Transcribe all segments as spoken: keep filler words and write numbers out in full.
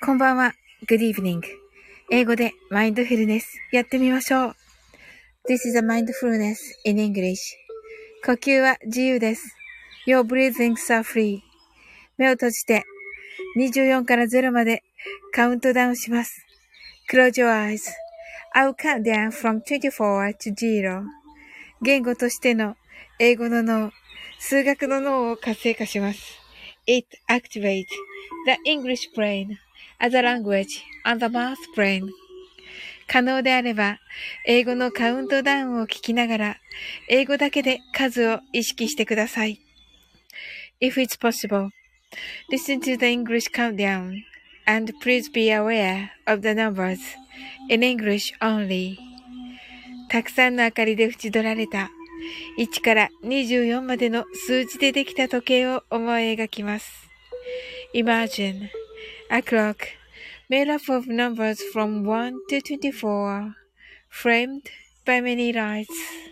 こんばんは。Good evening. 英語でマインドフルネスやってみましょう。This is a mindfulness in English. 呼吸は自由です。Your breathings are free. 目を閉じてにじゅうよんからゼロまでカウントダウンします。Close your eyes. I'll count down from twenty-four to zero. 言語としての英語の脳、数学の脳を活性化します。It activates the English brain as a language and the math brain. 可能であれば、英語のカウントダウンを聞きながら、英語だけで数を意識してください。If it's possible, listen to the English countdown and please be aware of the numbers in English only. たくさんの明かりで縁取られたいちからにじゅうよんまでの数字でできた時計を思い描きます。Imagine a clock made up of numbers from one to twenty-four, framed by many lights.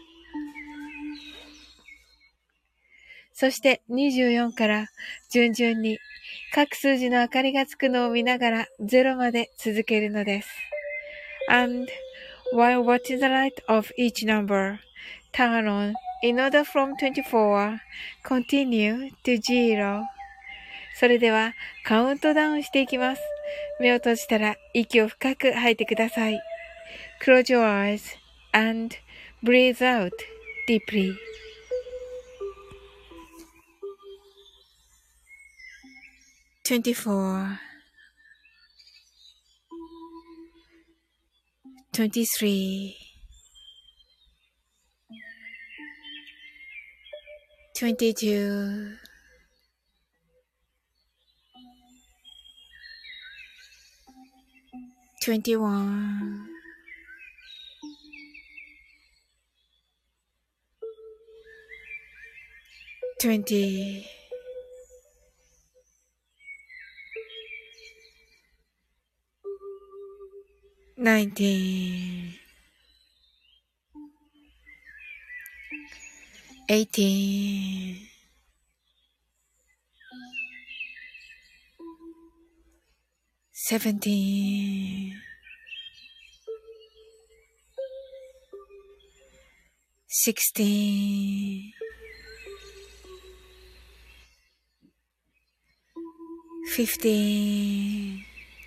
そしてにじゅうよんから順々に各数字の明かりがつくのを見ながらゼロまで続けるのです。And while watching the light of each number, turn on in order from twenty-four, continue to zero. それではカウントダウンしていきます。目を閉じたら息を深く吐いてください。Close your eyes and breathe out deeply. twenty-four, twenty-three, twenty-two, twenty-one, twenty, nineteen, eighteen, seventeen, sixteen, fifteen,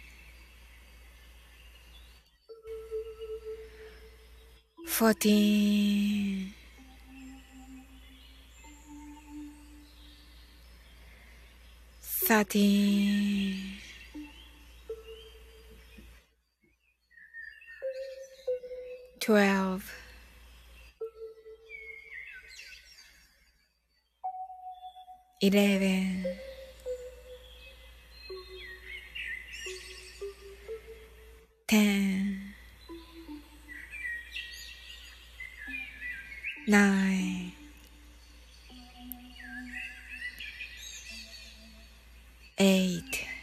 fourteen, thirteen, twelve, eleven, ten, nine, eight,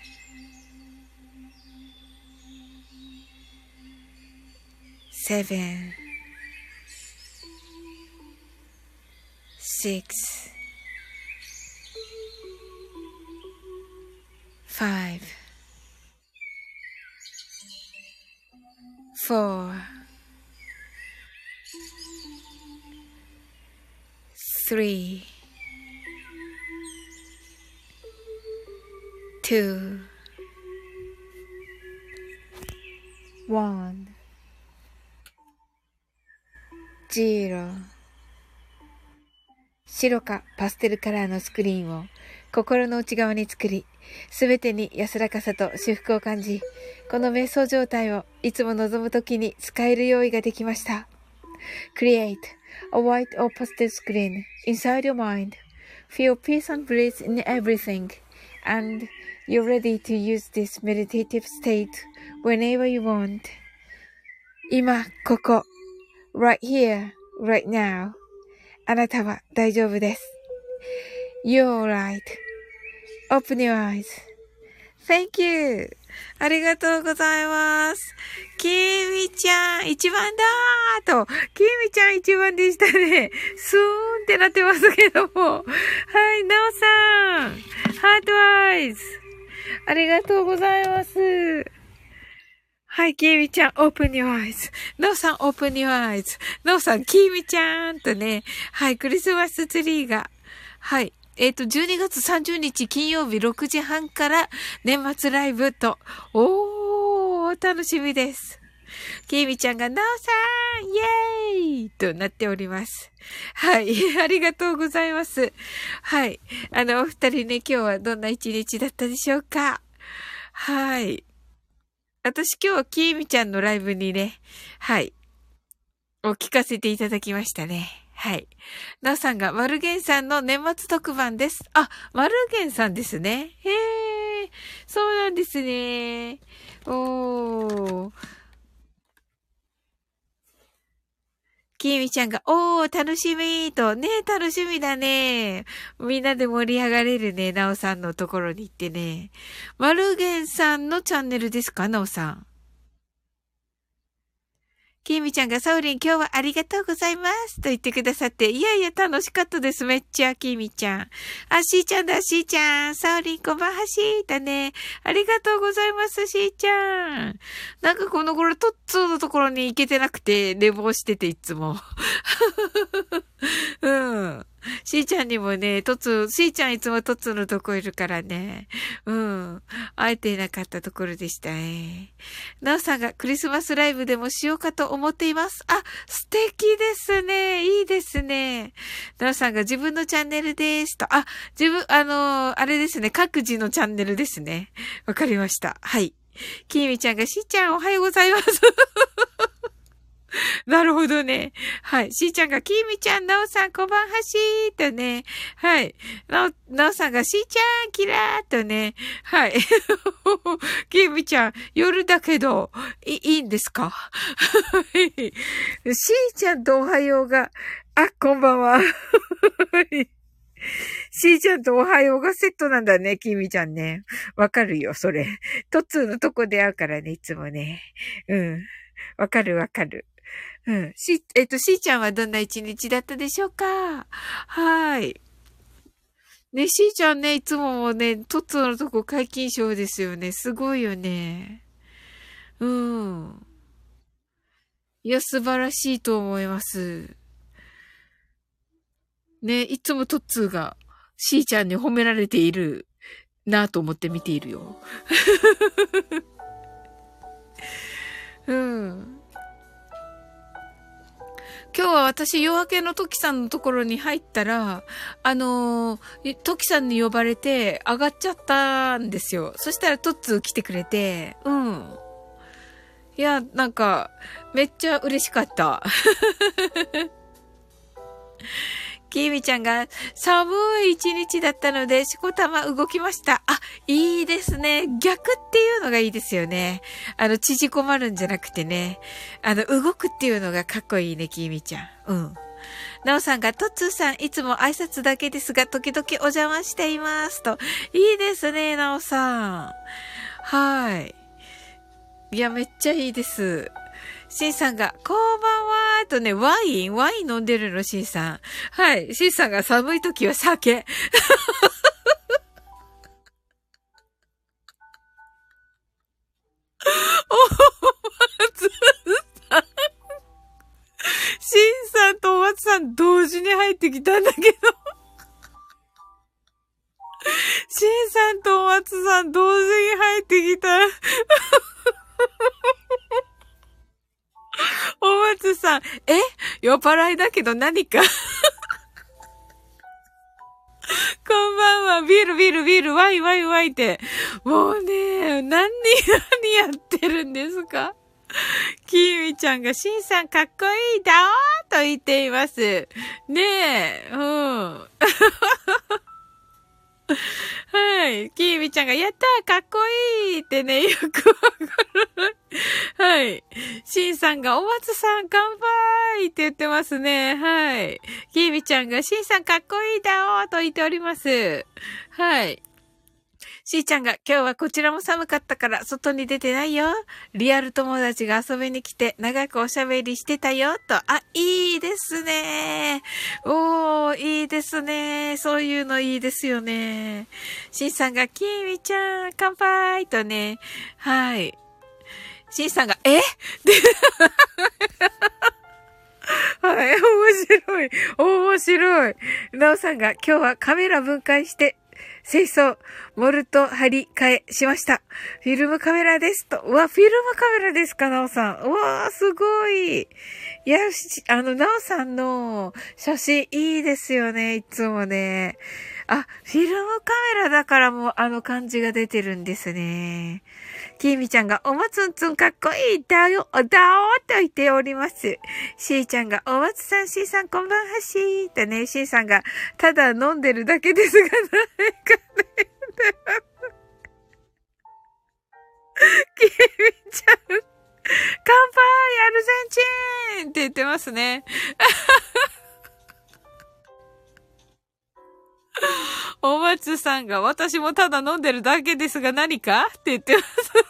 seven, six, five, four, three, two, one, zero。白かパステルカラーのスクリーンを心の内側に作り、すべてに安らかさと至福を感じ、この瞑想状態をいつも望むときに使える用意ができました。Create a white or pastel screen inside your mind. Feel peace and bliss in everything, and you're ready to use this meditative state whenever you want. 今、ここ。Right here, right now. あなたは大丈夫です。You're right.Open your eyes. Thank you. ありがとうございます。きみちゃん、一番だーと、きみちゃん一番でしたね。スーンってなってますけども。はい、なおさん。ハートアイズ。 ありがとうございます。はい、きみちゃん、open your eyes. なおさん、open your eyes. なおさん、きみちゃんとね。はい、クリスマスツリーが。はい。えっと、じゅうにがつさんじゅうにち金曜日ろくじはんから年末ライブと。おー、楽しみです。きみちゃんが、なおさん、イェーイとなっております。はい。ありがとうございます。はい。あの、お二人ね、今日はどんな一日だったでしょうか？はい。私今日はきみちゃんのライブにね、はい。を聞かせていただきましたね。はい。なおさんが、マルゲンさんの年末特番です。あ、マルゲンさんですね。へー。そうなんですね。おー。きみちゃんが、おー、楽しみと、ね、楽しみだね。みんなで盛り上がれるね、なおさんのところに行ってね。マルゲンさんのチャンネルですか、なおさん。きみちゃんがサウリン今日はありがとうございますと言ってくださって、いやいや楽しかったです。めっちゃきみちゃん。あ、しーちゃんだ、しーちゃん。サウリンこんばんはしーだね。ありがとうございます、しーちゃん。なんかこの頃トッツーのところに行けてなくて、寝坊してていつも。うん。しーちゃんにもね、トツ、しーちゃんいつもトツのとこいるからね。うん。会えていなかったところでしたね。なおさんがクリスマスライブでもしようかと思っています。あ、素敵ですね。いいですね。なおさんが自分のチャンネルですと。あ、自分、あのー、あれですね。各自のチャンネルですね。わかりました。はい。きみちゃんがしーちゃんおはようございます。なるほどね。はい。しーちゃんが、きみちゃん、なおさん、こんばんはしーとね。はい。なお、なおさんが、しーちゃん、キラーとね。はい。きみちゃん、夜だけど、い、いいんですか？はい。しーちゃんとおはようが、あ、こんばんは。はい。しーちゃんとおはようがセットなんだね、きみちゃんね。わかるよ、それ。トッツーのとこで会うからね、いつもね。うん。わかるわかる。うん。し、えっと、しーちゃんはどんな一日だったでしょうか？はい。ね、しーちゃんね、いつももね、トッツーのとこ解禁賞ですよね。すごいよね。うん。いや、素晴らしいと思います。ね、いつもトッツーが、しーちゃんに褒められているなぁと思って見ているよ。うん。今日は私、夜明けのトキさんのところに入ったら、あのー、トキさんに呼ばれて上がっちゃったんですよ。そしたらトッツー来てくれて、うん。いや、なんか、めっちゃ嬉しかった。きみちゃんが寒い一日だったので、しこたま動きました。あ、いいですね。逆っていうのがいいですよね。あの、縮こまるんじゃなくてね。あの、動くっていうのがかっこいいね、きみちゃん。うん。なおさんが、トッツーさん、いつも挨拶だけですが、時々お邪魔しています。と。いいですね、なおさん。はい。いや、めっちゃいいです。シンさんが、こんばんはーとね、ワインワイン飲んでるの、シンさん。はい。シンさんが寒い時は酒。お松さん。シンさんとお松さん同時に入ってきたんだけど。シンさんとお松さん同時に入ってきた。お松さん、え酔っ払いだけど何かこんばんは。ビールビールビール、ワイワイワイって。もうね、何、何やってるんですか？キーミちゃんが、シンさんかっこいいだーと言っています。ねえ、うん。はい。キーミちゃんが、やったーかっこいいってね、よくわかる。はい。シンさんが、お松さん乾杯って言ってますね。はい。キーミちゃんが、シンさんかっこいいだーと言っております。はい。 しーちゃんが今日はこちらも寒かったから外に出てないよ。リアル友達が遊びに来て長くおしゃべりしてたよ。と。あ、いいですね。おー、いいですね。そういうのいいですよね。しーさんがきみちゃん乾杯とね。はい。しーさんが、えではい、面白い。面白い。なおさんが今日はカメラ分解して、清掃、モルト張り替えしました。フィルムカメラですと。うわ、フィルムカメラですか、なおさん。うわー、すごい。いや、あの、なおさんの写真いいですよね、いつもね。あ、フィルムカメラだからもうあの感じが出てるんですね。きみちゃんが、おまつんつんかっこいいだよ、だおーと言っております。しーちゃんが、おまつさん、しーさん、こんばんはしーとね、しーさんが、ただ飲んでるだけですが、誰かね、きみちゃん、乾杯アルゼンチンって言ってますね。お松さんが、私もただ飲んでるだけですが何かって言ってますね。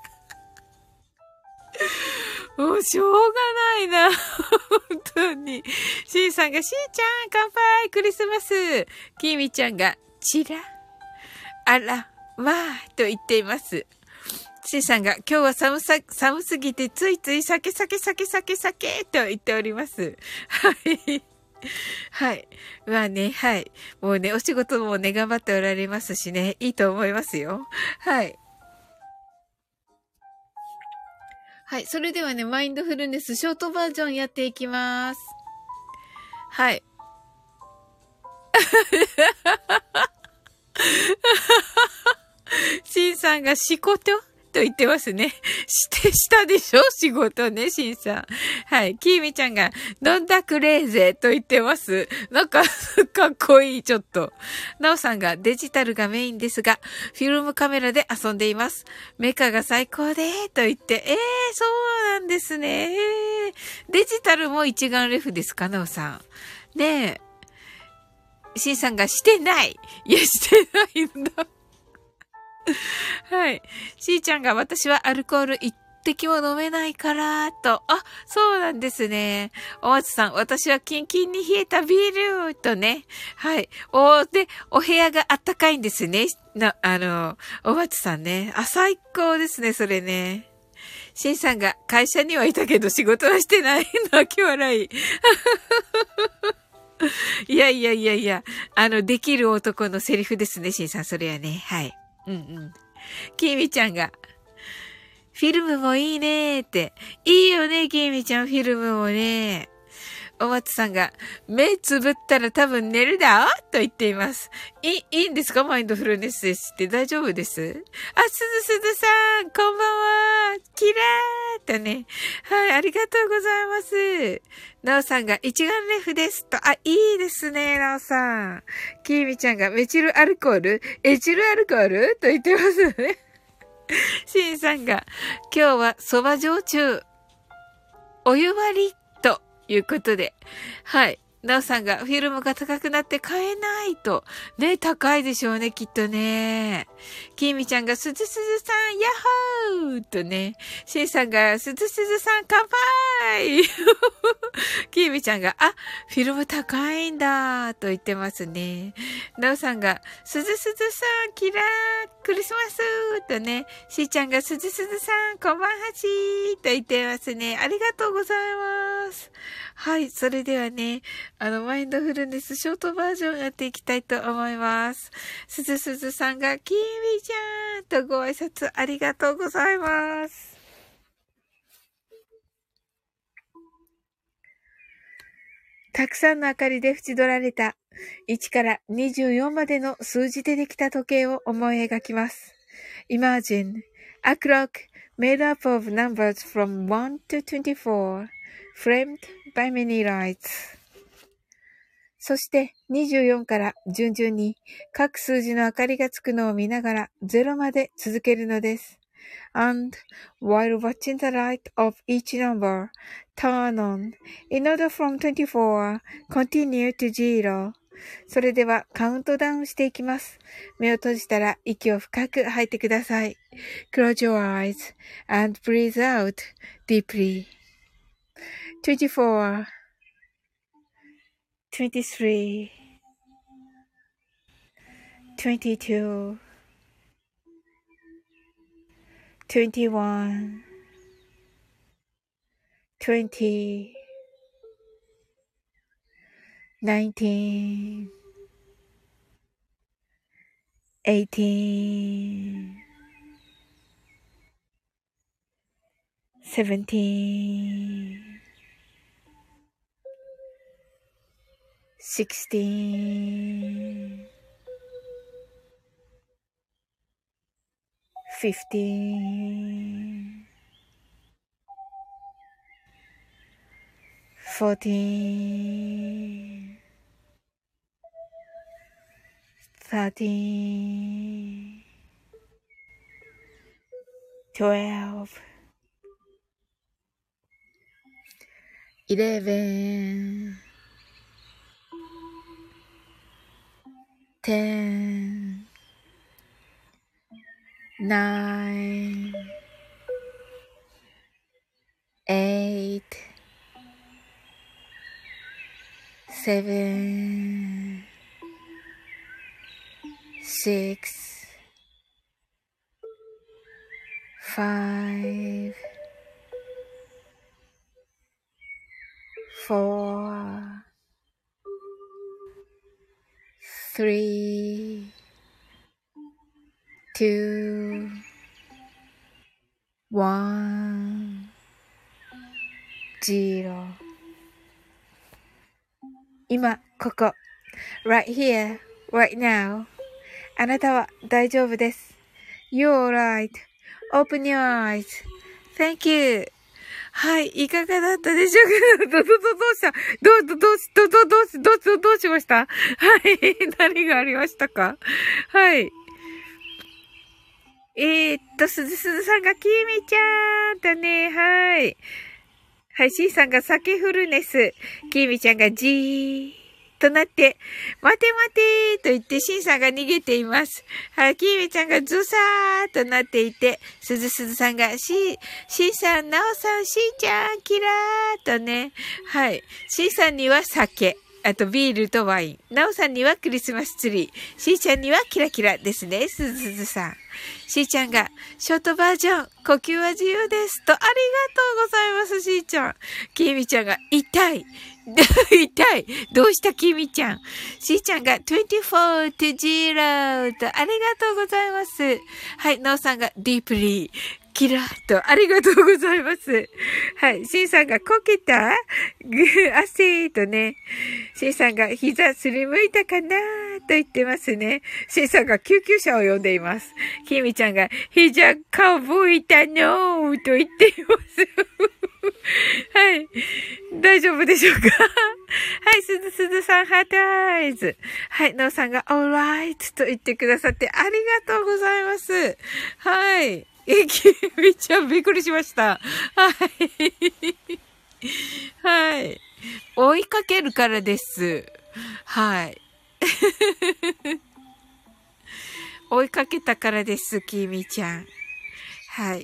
もうしょうがないな。本当に。しーさんが、しーちゃん乾杯クリスマス。きみちゃんが、チラあら、まあ、と言っています。しーさんが、今日は寒さ、寒すぎてついつい酒酒酒酒酒と言っております。はい。はい。まあね、はい。もうね、お仕事もね、頑張っておられますしね、いいと思いますよ。はい。はい。それではね、マインドフルネスショートバージョンやっていきます。はい。シンさんが仕事と言ってますね。して、したでしょ仕事ね、シンさん。はい。キーミちゃんが、飲んだくれーぜと言ってます。なんか、かっこいい、ちょっと。ナオさんが、デジタルがメインですが、フィルムカメラで遊んでいます。メカが最高でーと言って、えー、そうなんですね。えー、デジタルも一眼レフですか、ナオさん。ねえ。シンさんが、してないいや、してないんだ。はい。しーちゃんが私はアルコール一滴も飲めないから、と。あ、そうなんですね。お松さん、私はキンキンに冷えたビール、とね。はい。お、で、お部屋があったかいんですね。な、あの、お松さんね。あ、最高ですね、それね。しんさんが会社にはいたけど仕事はしてない。泣き笑い。いやいやいやいや、あの、できる男のセリフですね、しんさん、それはね。はい。うんうん。きみちゃんが、フィルムもいいねーって。いいよね、きみちゃん、フィルムもね。お松さんが、目つぶったら多分寝るだと言っています。い、いいんですかマインドフルネスですって大丈夫です？あ、すずすずさん、こんばんは。キラーとね。はい、ありがとうございます。なおさんが一眼レフですと。あ、いいですね、なおさん。きーみちゃんがメチルアルコールエチルアルコールと言ってますね。しんさんが、今日は蕎麦焼酎、お湯割りということで、はい。なおさんがフィルムが高くなって買えないと。ね、高いでしょうね、きっとね。きみちゃんがすずすずさん、ヤッホーとね。しんさんがすずすずさん、乾杯きみちゃんが、あ、フィルム高いんだと言ってますね。なおさんが、すずすずさん、キラー、クリスマスとね。しーちゃんがすずすずさん、こんばんはちーと言ってますね。ありがとうございます。はい、それではね、あの、マインドフルネスショートバージョンやっていきたいと思います。すずすずさんが、きみちゃんとご挨拶ありがとうございます。たくさんの明かりで縁取られたいちからにじゅうよんまでの数字でできた時計を思い描きます。Imagine a clock made up of numbers from one to twenty-four, framed by many lights. そしてにじゅうよんから順々に各数字の明かりがつくのを見ながらゼロまで続けるのです。And while watching the light of each number turn on, in order from twenty-four, continue to zero. それではカウントダウンしていきます。目を閉じたら息を深く吐いてください。Close your eyes and breathe out deeply. twenty-four, twenty-three, twenty-two, twenty-one, twenty, nineteen, eighteen, seventeen, sixteen, fifteen, fourteen, thirteen, twelve, eleven, ten, nine, eight, seven, six, five, four, three, two, one, zero. 今、ここ。right here, right now. あなたは大丈夫です。You're alright.Open your eyes. Thank you. はい。いかがだったでしょうかど、ど、ど、どうしたどう、ど、どうし、ど、ど、どうし、どう、ど、どうしましたはい。何がありましたかはい。えー、っと、すずすずさんがきみちゃんだね。はい。はい。しんさんがサケフルネス。きみちゃんがじー。となって、待て待てーと言って、シンさんが逃げています。はい、キーミちゃんがズサーとなっていて、すずすずさんが、シ、シンさん、ナオさん、シンちゃん、キラーとね、はい、シンさんには酒。あとビールとワイン。ナオさんにはクリスマスツリー。しーちゃんにはキラキラですね。すずすずさん。しーちゃんが、ショートバージョン、呼吸は自由です。と、ありがとうございます、しーちゃん。きーみちゃんが、痛い。痛い。どうしたきみちゃん。しーちゃんがにじゅうよん to ゼロと、ありがとうございます。はい、なおさんが deeply。キラーと、ありがとうございます。はい。シンさんがこけたぐ、汗とね。シンさんが膝すりむいたかなと言ってますね。シンさんが救急車を呼んでいます。キミちゃんが膝かぶいたのーと言っています。はい。大丈夫でしょうかはい。すずすずさん、ハートアイズ。はい。なおさんが alright と言ってくださってありがとうございます。はい。え、きみちゃんびっくりしました。はい。はい。追いかけるからです。はい。追いかけたからです、きみちゃん。はい。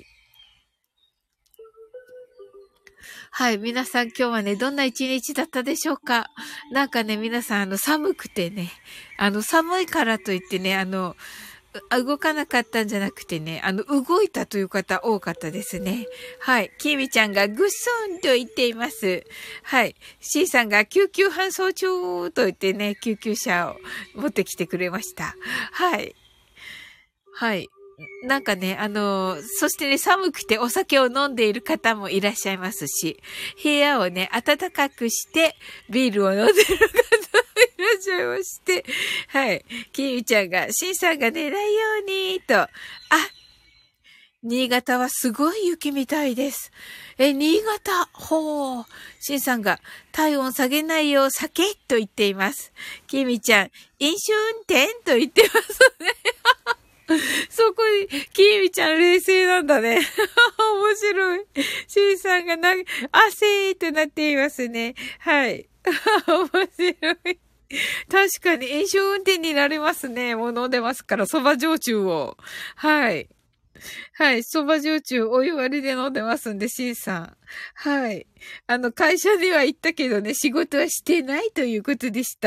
はい。皆さん今日はね、どんな一日だったでしょうか？なんかね、皆さんあの寒くてね、あの寒いからといってね、あの、動かなかったんじゃなくてね、あの、動いたという方多かったですね。はい。きみちゃんがぐっそんと言っています。はい。C さんが救急搬送中と言ってね、救急車を持ってきてくれました。はい。はい。なんかね、あのー、そしてね、寒くてお酒を飲んでいる方もいらっしゃいますし、部屋をね、暖かくして、ビールを飲んでいる方もいらっしゃいまして、はい。きみちゃんが、しんさんが寝ないように、と、あ、新潟はすごい雪みたいです。え、新潟、ほう。しんさんが、体温下げないよう酒と言っています。きみちゃん、飲酒運転と言ってますね。そこに、きーみちゃん冷静なんだね。面白い。しんさんがな、汗ーとなっていますね。はい。面白い。 確かに飲酒運転になりますね。もう飲んでますから、蕎麦焼酎を。はい。はい。蕎麦焼酎お湯割りで飲んでますんで、シンさん。はい。あの、会社では行ったけどね、仕事はしてないということでした。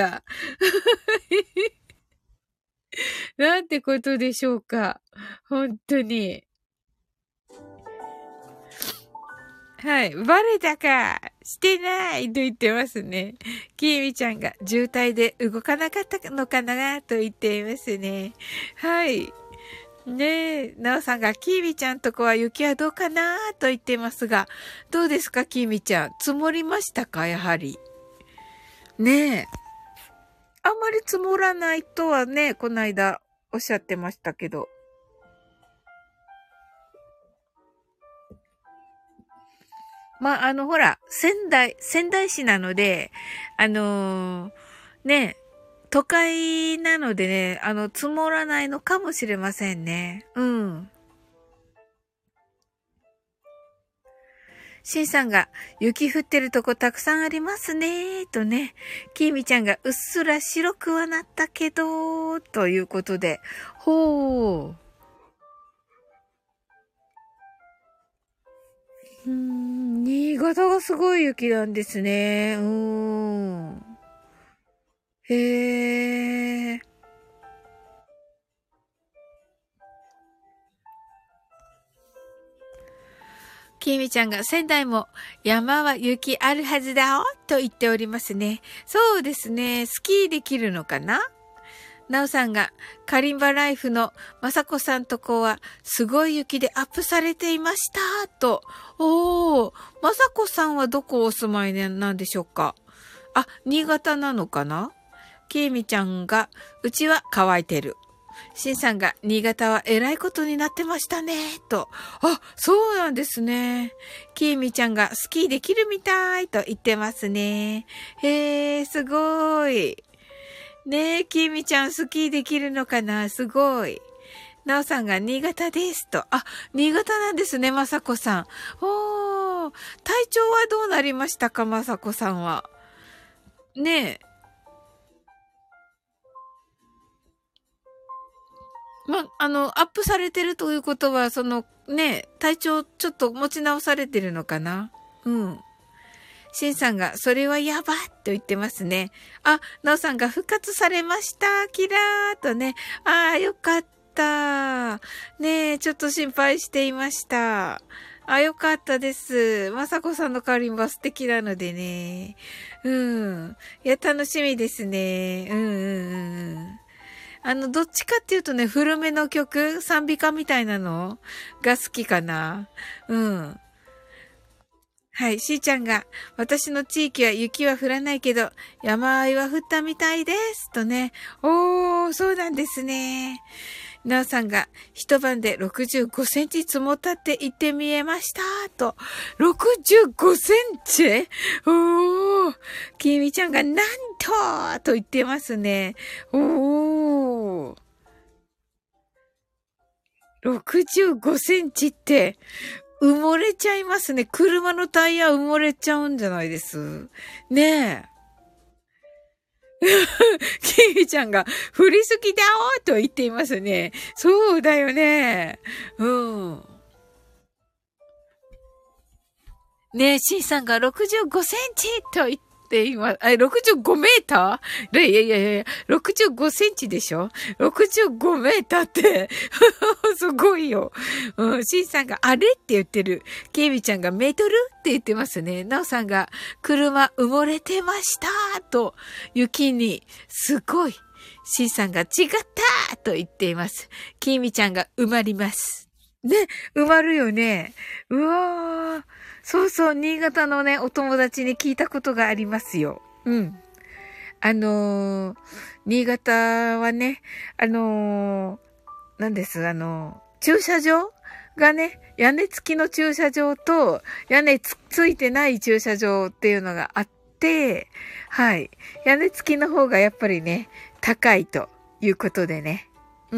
なんてことでしょうか。本当に。はい。バレたかしてないと言ってますね。きーみちゃんが渋滞で動かなかったのかなと言っていますね。はい。ねえ、なおさんがきーみちゃんとこは雪はどうかなと言っていますが、どうですかきーみちゃん。積もりましたかやはり。ねえ。あんまり積もらないとはね、この間おっしゃってましたけど。まあ、あの、ほら、仙台、仙台市なので、あのーね、都会なのでね、あの、積もらないのかもしれませんね。うん。しんさんが、雪降ってるとこたくさんありますね、とね。きーみちゃんが、うっすら白くはなったけど、ということで。ほう。うーん、新潟がすごい雪なんですね。うーん。へえ。きみちゃんが仙台も山は雪あるはずだよと言っておりますね。そうですね。スキーできるのかな？なおさんがカリンバライフのまさこさんとこはすごい雪でアップされていましたと。おー、まさこさんはどこお住まいなんでしょうか？あ、新潟なのかな？きみちゃんがうちは乾いてる。しんさんが、新潟は偉いことになってましたね、と。あ、そうなんですね。きーみちゃんがスキーできるみたいと言ってますね。へー、すごい。ねえ、きーみちゃんスキーできるのかな？すごい。なおさんが新潟ですと。あ、新潟なんですね、まさこさん。おー、体調はどうなりましたか、まさこさんは。ねえ。ま、あの、アップされてるということは、その、ね、体調ちょっと持ち直されてるのかな？うん。シンさんが、それはやばっと言ってますね。あ、ナオさんが復活されました。キラーとね。ああ、よかった。ねえ、ちょっと心配していました。あ、よかったです。まさこさんの代わりは素敵なのでね。うん。いや、楽しみですね。うんうんうん。あの、どっちかっていうとね、古めの曲、賛美歌みたいなのが好きかな。うん。はい、しーちゃんが、私の地域は雪は降らないけど、山あいは降ったみたいです。とね。おー、そうなんですね。なおさんが、一晩でろくじゅうごセンチ積もったって言ってみえました。と。ろくじゅうごセンチ？おー。きみちゃんが、なんとと言ってますね。おー。ろくじゅうごセンチって、埋もれちゃいますね。車のタイヤ埋もれちゃうんじゃないです。ねえ。キミちゃんが、降りすぎだおと言っていますね。そうだよね。うん。ねえ、シンさんがろくじゅうごセンチと言っています。あ、ろくじゅうごメーターいやいやいやいや、ろくじゅうごセンチでしょ ?ろくじゅうご メーターって、すごいよ。うん、シンさんがあれって言ってる。ケイミちゃんがメートルって言ってますね。ナオさんが車埋もれてましたと、雪に、すごい。シンさんが違ったと言っています。ケイミちゃんが埋まります。ね、埋まるよね。うわー。そうそう、新潟のね、お友達に聞いたことがありますよ。うん。あのー、新潟はね、あのー、なんです、あのー、駐車場がね、屋根付きの駐車場と、屋根つ、ついてない駐車場っていうのがあって、はい。屋根付きの方がやっぱりね、高いということでね。うん。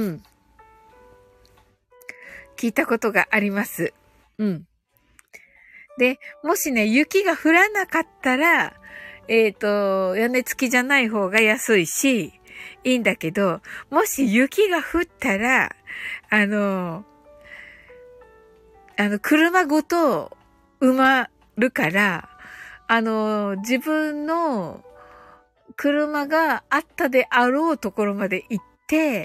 聞いたことがあります。うん。で、もしね、雪が降らなかったら、 えっと、屋根付きじゃない方が安いし、いいんだけど、もし雪が降ったら、あの、あの、車ごと埋まるから、あの、自分の車があったであろうところまで行って、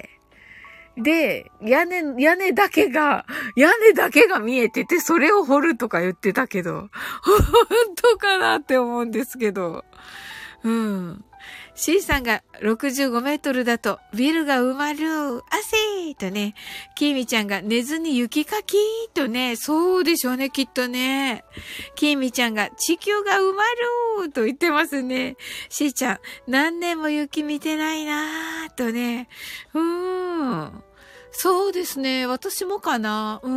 で、屋根、屋根だけが、屋根だけが見えてて、それを掘るとか言ってたけど、本当かなって思うんですけど。うん。C さんがろくじゅうごメートルだとビルが埋まる。汗ーとね。キーミちゃんが寝ずに雪かきーとね。そうでしょうね、きっとね。キーミちゃんが地球が埋まるーと言ってますね。C ちゃん、何年も雪見てないなーとね。うーん。そうですね。私もかな。うん。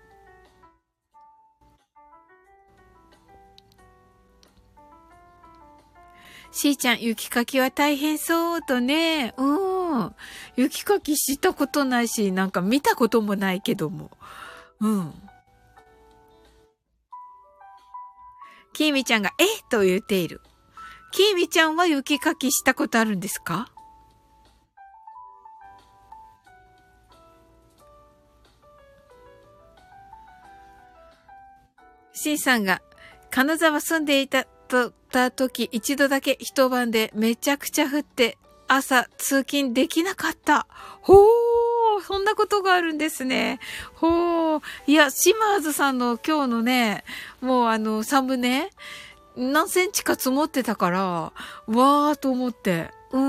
しーちゃん、雪かきは大変そうとね。うん。雪かきしたことないし、なんか見たこともないけども。うん。きーみちゃんが、えと言っている。きーみちゃんは雪かきしたことあるんですか？しんさんが、金沢住んでいたと、た時、一度だけ一晩でめちゃくちゃ降って、朝通勤できなかった。ほー、そんなことがあるんですね。ほー。いや、島津さんの今日のね、もうあの、サムネ、何センチか積もってたから、わーと思って。うん。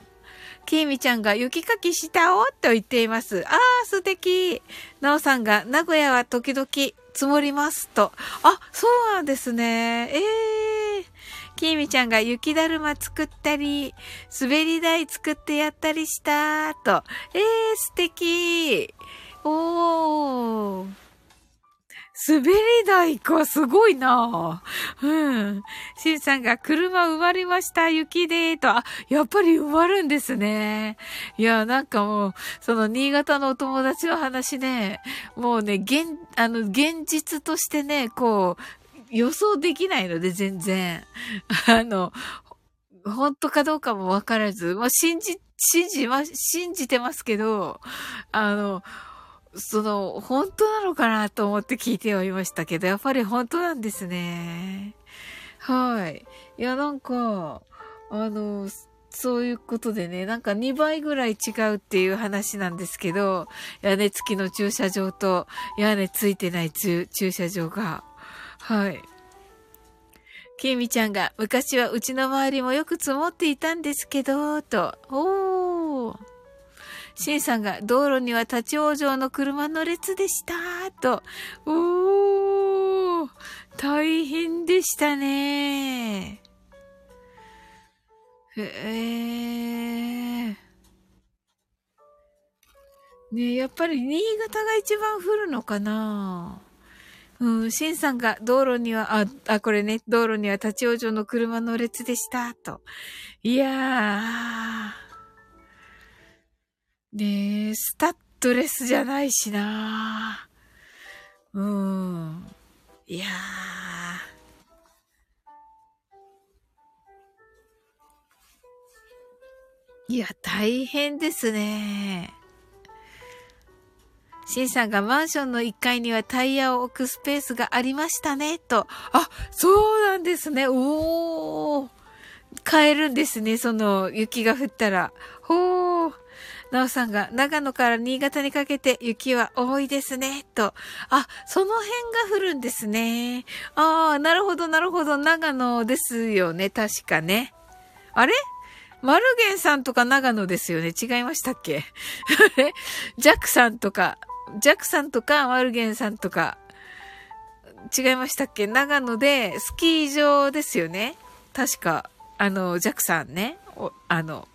きーみちゃんが雪かきしたおと言っています。あー、素敵。なおさんが名古屋は時々積もりますと。あ、そうなんですね。えー。きーみちゃんが雪だるま作ったり、滑り台作ってやったりしたと。えー、素敵。おー。滑り台か、すごいなぁ。うん。しんさんが車埋まりました、雪でーと。あ、やっぱり埋まるんですね。いや、なんかもう、その新潟のお友達の話ね、もうね、現、あの、現実としてね、こう、予想できないので、全然。あの、本当かどうかもわからず、まあ、信じ、信じま、信じてますけど、あの、その、本当なのかなと思って聞いてはいましたけど、やっぱり本当なんですね。はい。いや、なんか、あの、そういうことでね、なんかにばいぐらい違うっていう話なんですけど、屋根付きの駐車場と屋根ついてない駐車場が。はい。きみちゃんが、昔はうちの周りもよく積もっていたんですけど、と。おー。シンさんが、道路には立ち往生の車の列でした、と。おー。大変でしたね。へえ。ねえ、やっぱり新潟が一番降るのかな。うん、シンさんが道路には、あ、あ、これね、道路には立ち往生の車の列でした、と。いやー。ねえ、スタッドレスじゃないしな。うん。いやー。いや、大変ですね。シンさんがマンションのいっかいにはタイヤを置くスペースがありましたね、と。あ、そうなんですね。おー。買えるんですね、その雪が降ったら。ほー。なおさんが長野から新潟にかけて雪は多いですね、と。あ、その辺が降るんですね。ああ、なるほど、なるほど。長野ですよね、確かね。あれマルゲンさんとか長野ですよね。違いましたっけ？あれジャックさんとか、ジャックさんとかマルゲンさんとか、違いましたっけ？長野でスキー場ですよね。確か、あの、ジャックさんね。お、あの、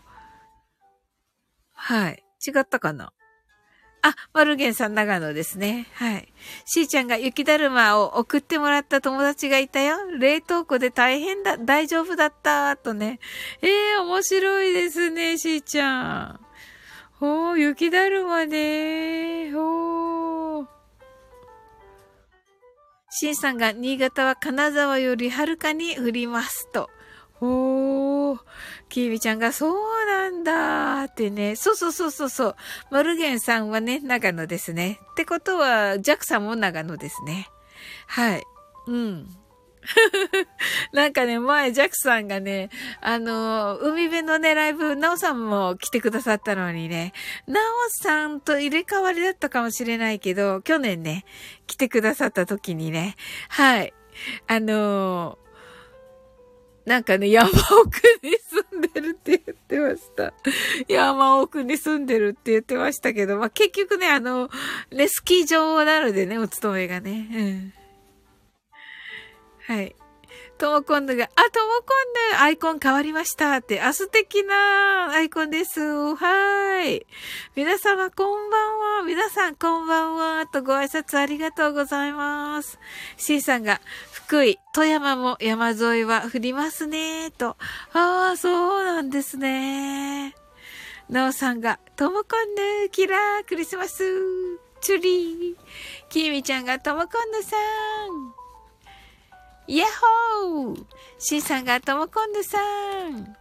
はい。違ったかな？あ、マルゲンさん長野ですね。はい。しーちゃんが雪だるまを送ってもらった友達がいたよ。冷凍庫で大変だ、大丈夫だった、とね。ええー、面白いですね、しーちゃん。ほー、雪だるまねー。ほー。 シンさんが新潟は金沢よりはるかに降りますと。おー。きみちゃんがそうなんだってね。そうそうそうそうそう。マルゲンさんはね、長野ですね。ってことは、ジャクさんも長野ですね。はい。うん。なんかね、前、ジャックさんがね、あの、海辺のね、ライブ、ナオさんも来てくださったのにね、ナオさんと入れ替わりだったかもしれないけど、去年ね、来てくださった時にね、はい、あのなんかね、山奥に住んでるって言ってました。山奥に住んでるって言ってましたけど、まあ、結局ね、あの、ね、スキー場なのでね、お勤めがね、うん。はい。ともこんぬが、あ、ともこんぬ、アイコン変わりましたって。あ、素敵なアイコンです。はーい。皆様こんばんは。皆さんこんばんは。とご挨拶ありがとうございます。C さんが、福井、富山も山沿いは降りますね。と。ああ、そうなんですね。なおさんが、ともこんぬ、キラー、クリスマス、チュリー。きみちゃんが、ともこんぬさん。イヤッホー !C さんがともこんぬさん。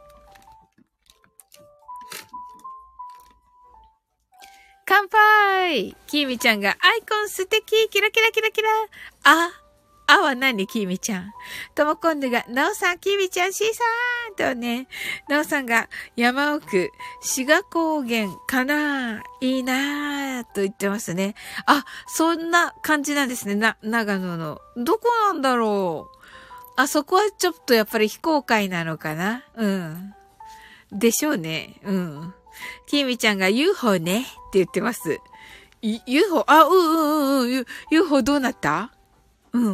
乾杯きみちゃんがアイコン素敵キラキラキラキラあ、あは何きみちゃん。ともこんぬが、なおさん、きみちゃん、C さんとね、なおさんが山奥、志賀高原かないいなぁと言ってますね。あ、そんな感じなんですね。な、長野の。どこなんだろうあそこはちょっとやっぱり非公開なのかなうん。でしょうね。うん。きみちゃんが ユーフォー ねって言ってます。ユーフォー? あ、うんうんうんうん。ユーフォー どうなったうん。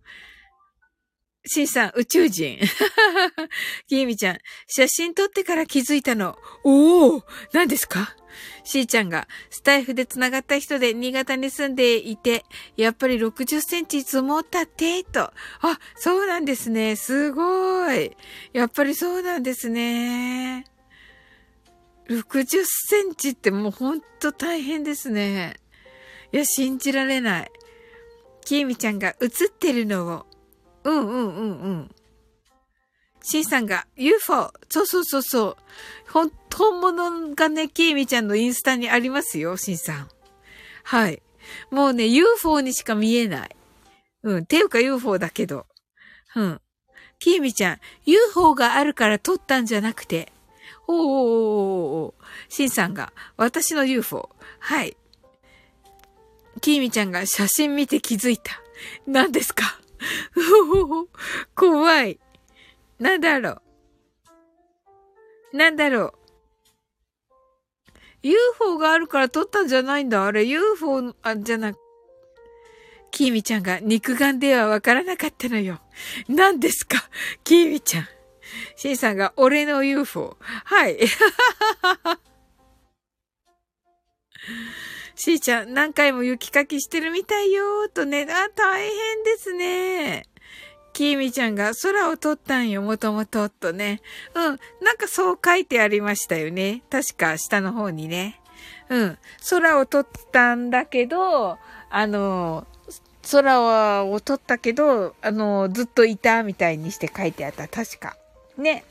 シンさん、宇宙人。きみちゃん、写真撮ってから気づいたの。おお何ですかしーちゃんが、スタイフで繋がった人で新潟に住んでいて、やっぱりろくじゅっセンチ積もったって、と。あ、そうなんですね。すごい。やっぱりそうなんですね。ろくじゅっセンチってもうほんと大変ですね。いや、信じられない。きみちゃんが映ってるのを。うんうんうんうん。C さんが ユーフォー。そうそうそうそう。本、本物がね、キーミちゃんのインスタにありますよ、C さん。はい。もうね、ユーフォー にしか見えない。うん。ていうか ユーフォー だけど。うん。キーミちゃん、ユーフォー があるから撮ったんじゃなくて。おーおーおーおー。シンさんが、私の ユーフォー。はい。キーミちゃんが写真見て気づいた。何ですか怖い。なんだろう。なんだろう。ユーフォー があるから撮ったんじゃないんだ。あれ、ユーフォー、あ、じゃなく、キーミちゃんが肉眼ではわからなかったのよ。何ですかキーミちゃん。シンさんが俺の ユーフォー。はい。シーちゃん、何回も雪かきしてるみたいよーとね。あ、大変ですね。きみちゃんが空を撮ったんよ、もともと、とね。うん。なんかそう書いてありましたよね。確か下の方にね。うん。空を撮ったんだけど、あの、空を撮ったけど、あの、ずっといたみたいにして書いてあった。確か。ね。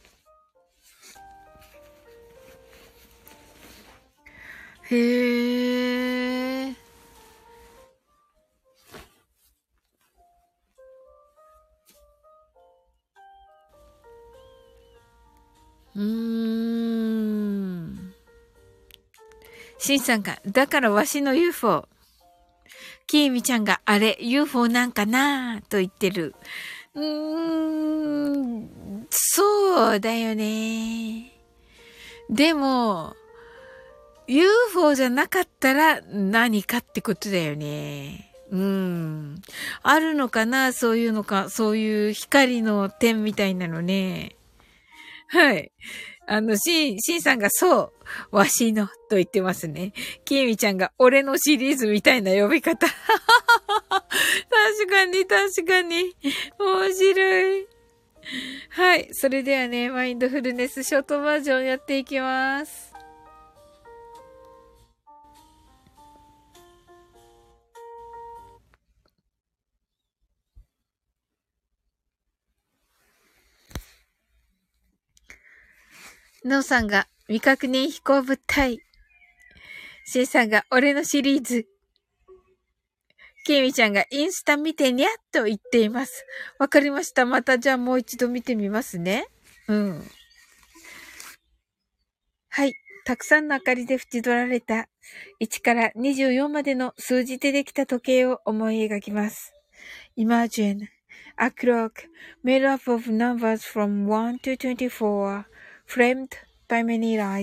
へー。うーん。しんさんが、だからわしの ユーフォー。きーみちゃんが、あれ、ユーフォー なんかなと言ってる。うーん、そうだよね。でも、ユーフォー じゃなかったら何かってことだよね。うん。あるのかなそういうのか、そういう光の点みたいなのね。はい。あの、シン、シンさんがそう、わしの、と言ってますね。キーミちゃんが俺のシリーズみたいな呼び方。確かに、確かに。面白い。はい。それではね、マインドフルネスショートバージョンやっていきます。 のうさんが未確認飛行物体。しんさんが俺のシリーズ。きみちゃんがインスタ見てにゃっと言っています。わかりました。またじゃあもう一度見てみますね。うん。はい。たくさんの明かりで縁取られたいちからにじゅうよんまでの数字でできた時計を思い描きます。Imagine a clock made up of numbers from one to twenty-four, framed by many lights.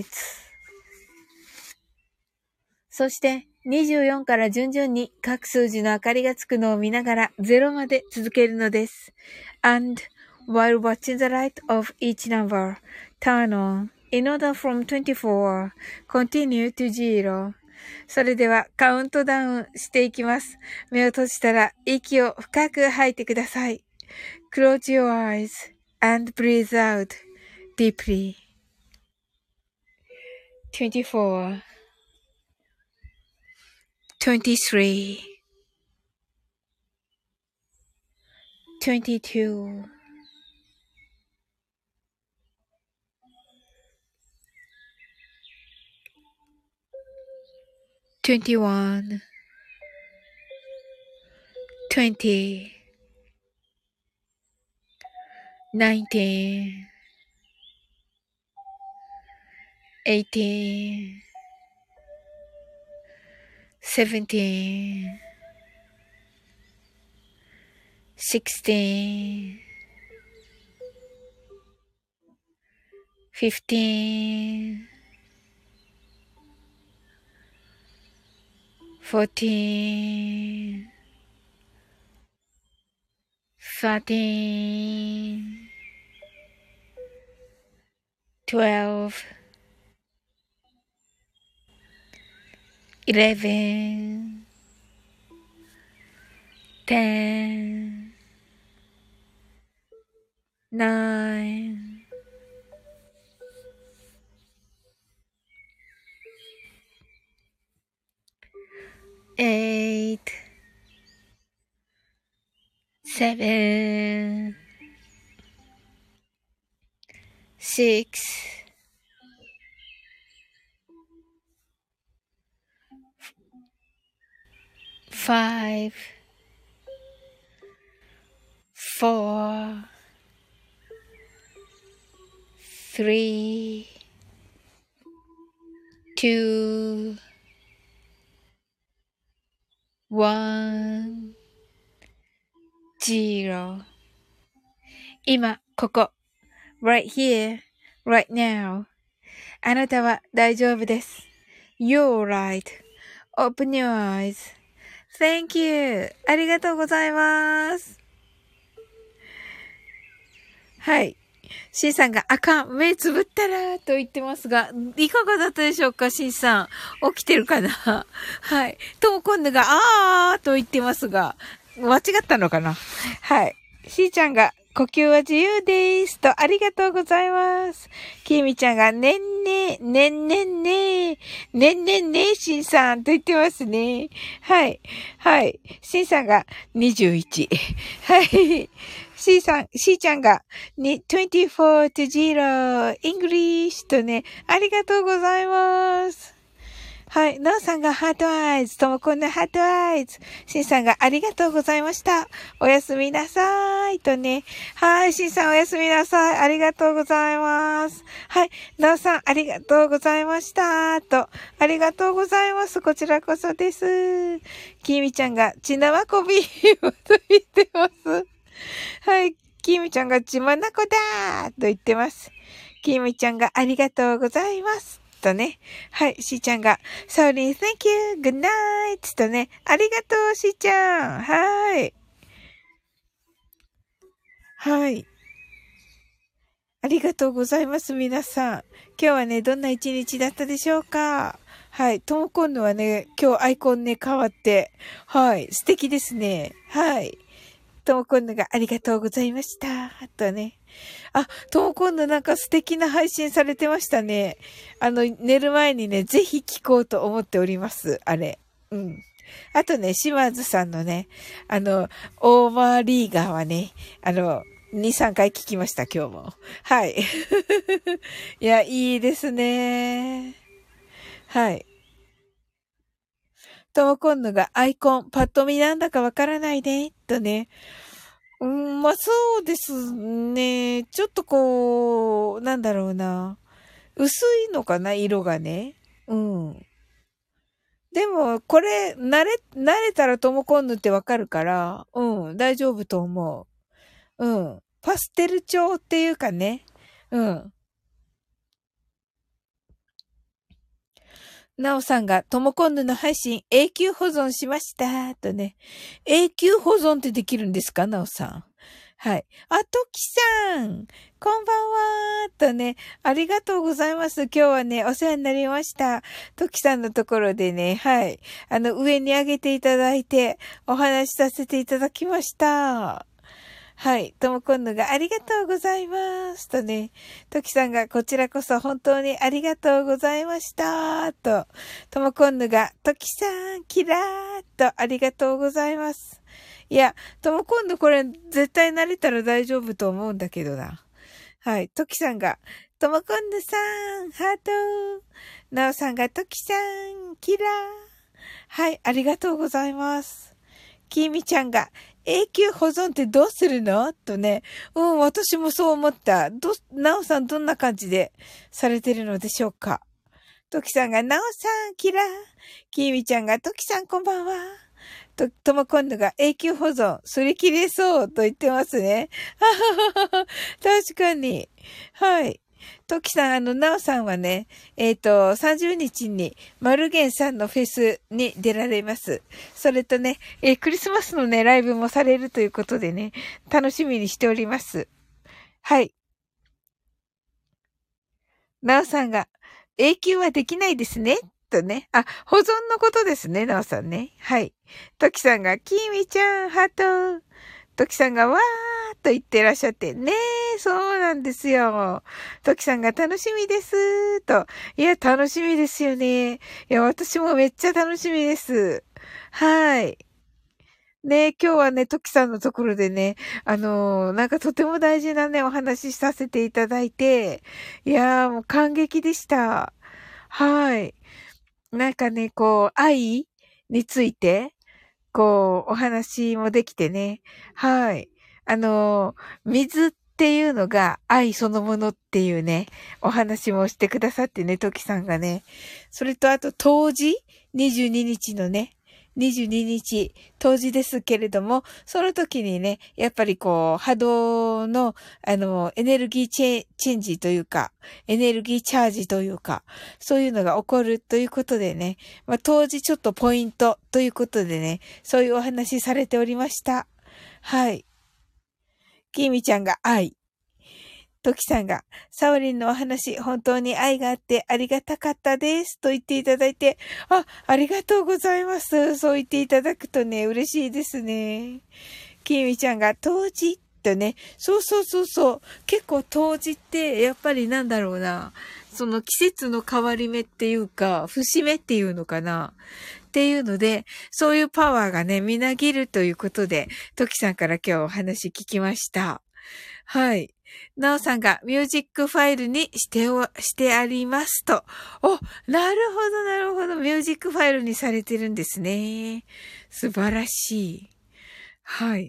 そしてにじゅうよんから順々に各数字の明かりがつくのを見ながらゼロまで続けるのです。And while watching the light of each number turn on in order from twenty-four, continue to zero. それではカウントダウンしていきます。目を閉じたら息を深く吐いてください。Close your eyes and breathe out deeply. twenty-four, twenty-three, twenty-two, twenty-one, twenty, nineteen, eighteen, seventeen, sixteen, fifteen, fourteen, thirteen, twelve, eleven, ten, nine, eight, seven, six, five, four, three, two, one, zero. 今、ここ。right here, right now. あなたは大丈夫です。You're right.Open your eyes.Thank you. ありがとうございます。はい。シンさんがあかん、目つぶったらと言ってますが、いかがだったでしょうか、シンさん。起きてるかなはい。ともこんぬがあーと言ってますが、間違ったのかなはい。しーちゃんが呼吸は自由です。と、ありがとうございます。きみちゃんが、ねんね、ねんねんね、ねんねんね、しんさんと言ってますね。はい。はい。しんさんがにじゅういち。はい。しーさん、しーちゃんが、に、にじゅうよん to ゼロ、English とね、ありがとうございます。はい。なおさんがハートアイズ。ともこんなハートアイズ。しんさんがありがとうございました。おやすみなさい。とね。はい。しんさんおやすみなさい。ありがとうございます。はい。なおさんありがとうございました。と。ありがとうございます。こちらこそです。きみちゃんがちなわこびーと言ってます。はい。きみちゃんがちまなこだーと言ってます。きみちゃんがありがとうございます。とね。はい。しーちゃんが、Sorry, thank you, good night とね。ありがとう、しーちゃん。はい。はい。ありがとうございます、皆さん。今日はね、どんな一日だったでしょうか？はい。ともこんのはね、今日アイコンね、変わって。はい。素敵ですね。はい。ともこんのがありがとうございました。とね。あ、ともこんのなんか素敵な配信されてましたね。あの、寝る前にね、ぜひ聞こうと思っております。あれ。うん。あとね、島津さんのね、あの、オーマーリーガーはね、あの、 に、さんかい聞きました、今日も。はい。いや、いいですね。はい。とも今度がアイコン、パッと見なんだかわからないね、とね。うん、まあそうですね。ちょっとこう、なんだろうな。薄いのかな、色がね。うん。でも、これ、慣れ、慣れたらトモコンヌってわかるから、うん、大丈夫と思う。うん。パステル調っていうかね。うん。なおさんが、トモコンヌの配信永久保存しました。とね。永久保存ってできるんですか、なおさん。はい。あ、トキさん。こんばんは。とね。ありがとうございます。今日はね、お世話になりました。トキさんのところでね、はい。あの、上に上げていただいて、お話しさせていただきました。はい。ともこんぬがありがとうございます。とね。ときさんがこちらこそ本当にありがとうございました。と。ともこんぬがときさん、キラーとありがとうございます。いや、ともこんぬこれ絶対慣れたら大丈夫と思うんだけどな。はい。ときさんが、ともこんぬさん、ハート。なおさんがときさん、キラー。はい。ありがとうございます。きみちゃんが、永久保存ってどうするのとね。うん、私もそう思った。ど、なおさんどんな感じでされてるのでしょうか。ときさんが、なおさん、キラー。きみちゃんが、ときさんこんばんは。と、ともこんぬが永久保存、すり切れそうと言ってますね。確かに。はい。トキさん、あの、ナオさんはね、えっと、さんじゅうにちに、マルゲンさんのフェスに出られます。それとね、えークリスマスのね、ライブもされるということでね、楽しみにしております。はい。ナオさんが、永久はできないですね。とね。あ、保存のことですね、ナオさんね。はい。トキさんが、キミちゃん、ハート。トキさんがわーっと言ってらっしゃって、ねえ、そうなんですよ。トキさんが楽しみですと。いや、楽しみですよね。いや、私もめっちゃ楽しみです。はい。ねえ、今日はね、トキさんのところでね、あのーなんかとても大事なね、お話しさせていただいて、いやーもう感激でした。はい。なんかね、こう、愛について、こう、お話もできてね。はい。あの、水っていうのが愛そのものっていうね、お話もしてくださってね、トキさんがね。それとあと、冬至 ?にじゅうににちのね、にじゅうににち、冬至ですけれども、その時にね、やっぱりこう、波動の、あの、エネルギーチェチェンジというか、エネルギーチャージというか、そういうのが起こるということでね、まあ、当時ちょっとポイントということでね、そういうお話されておりました。はい。きみちゃんが愛。トキさんが、サオリンのお話、本当に愛があってありがたかったです。と言っていただいて、あ、ありがとうございます。そう言っていただくとね、嬉しいですね。きみちゃんが、当時とね、そうそうそうそう。結構当時って、やっぱりなんだろうな。その季節の変わり目っていうか、節目っていうのかな。っていうので、そういうパワーがね、みなぎるということで、トキさんから今日お話聞きました。はい。なおさんがミュージックファイルにしてお、してありますと。お、なるほど、なるほど。ミュージックファイルにされてるんですね。素晴らしい。はい。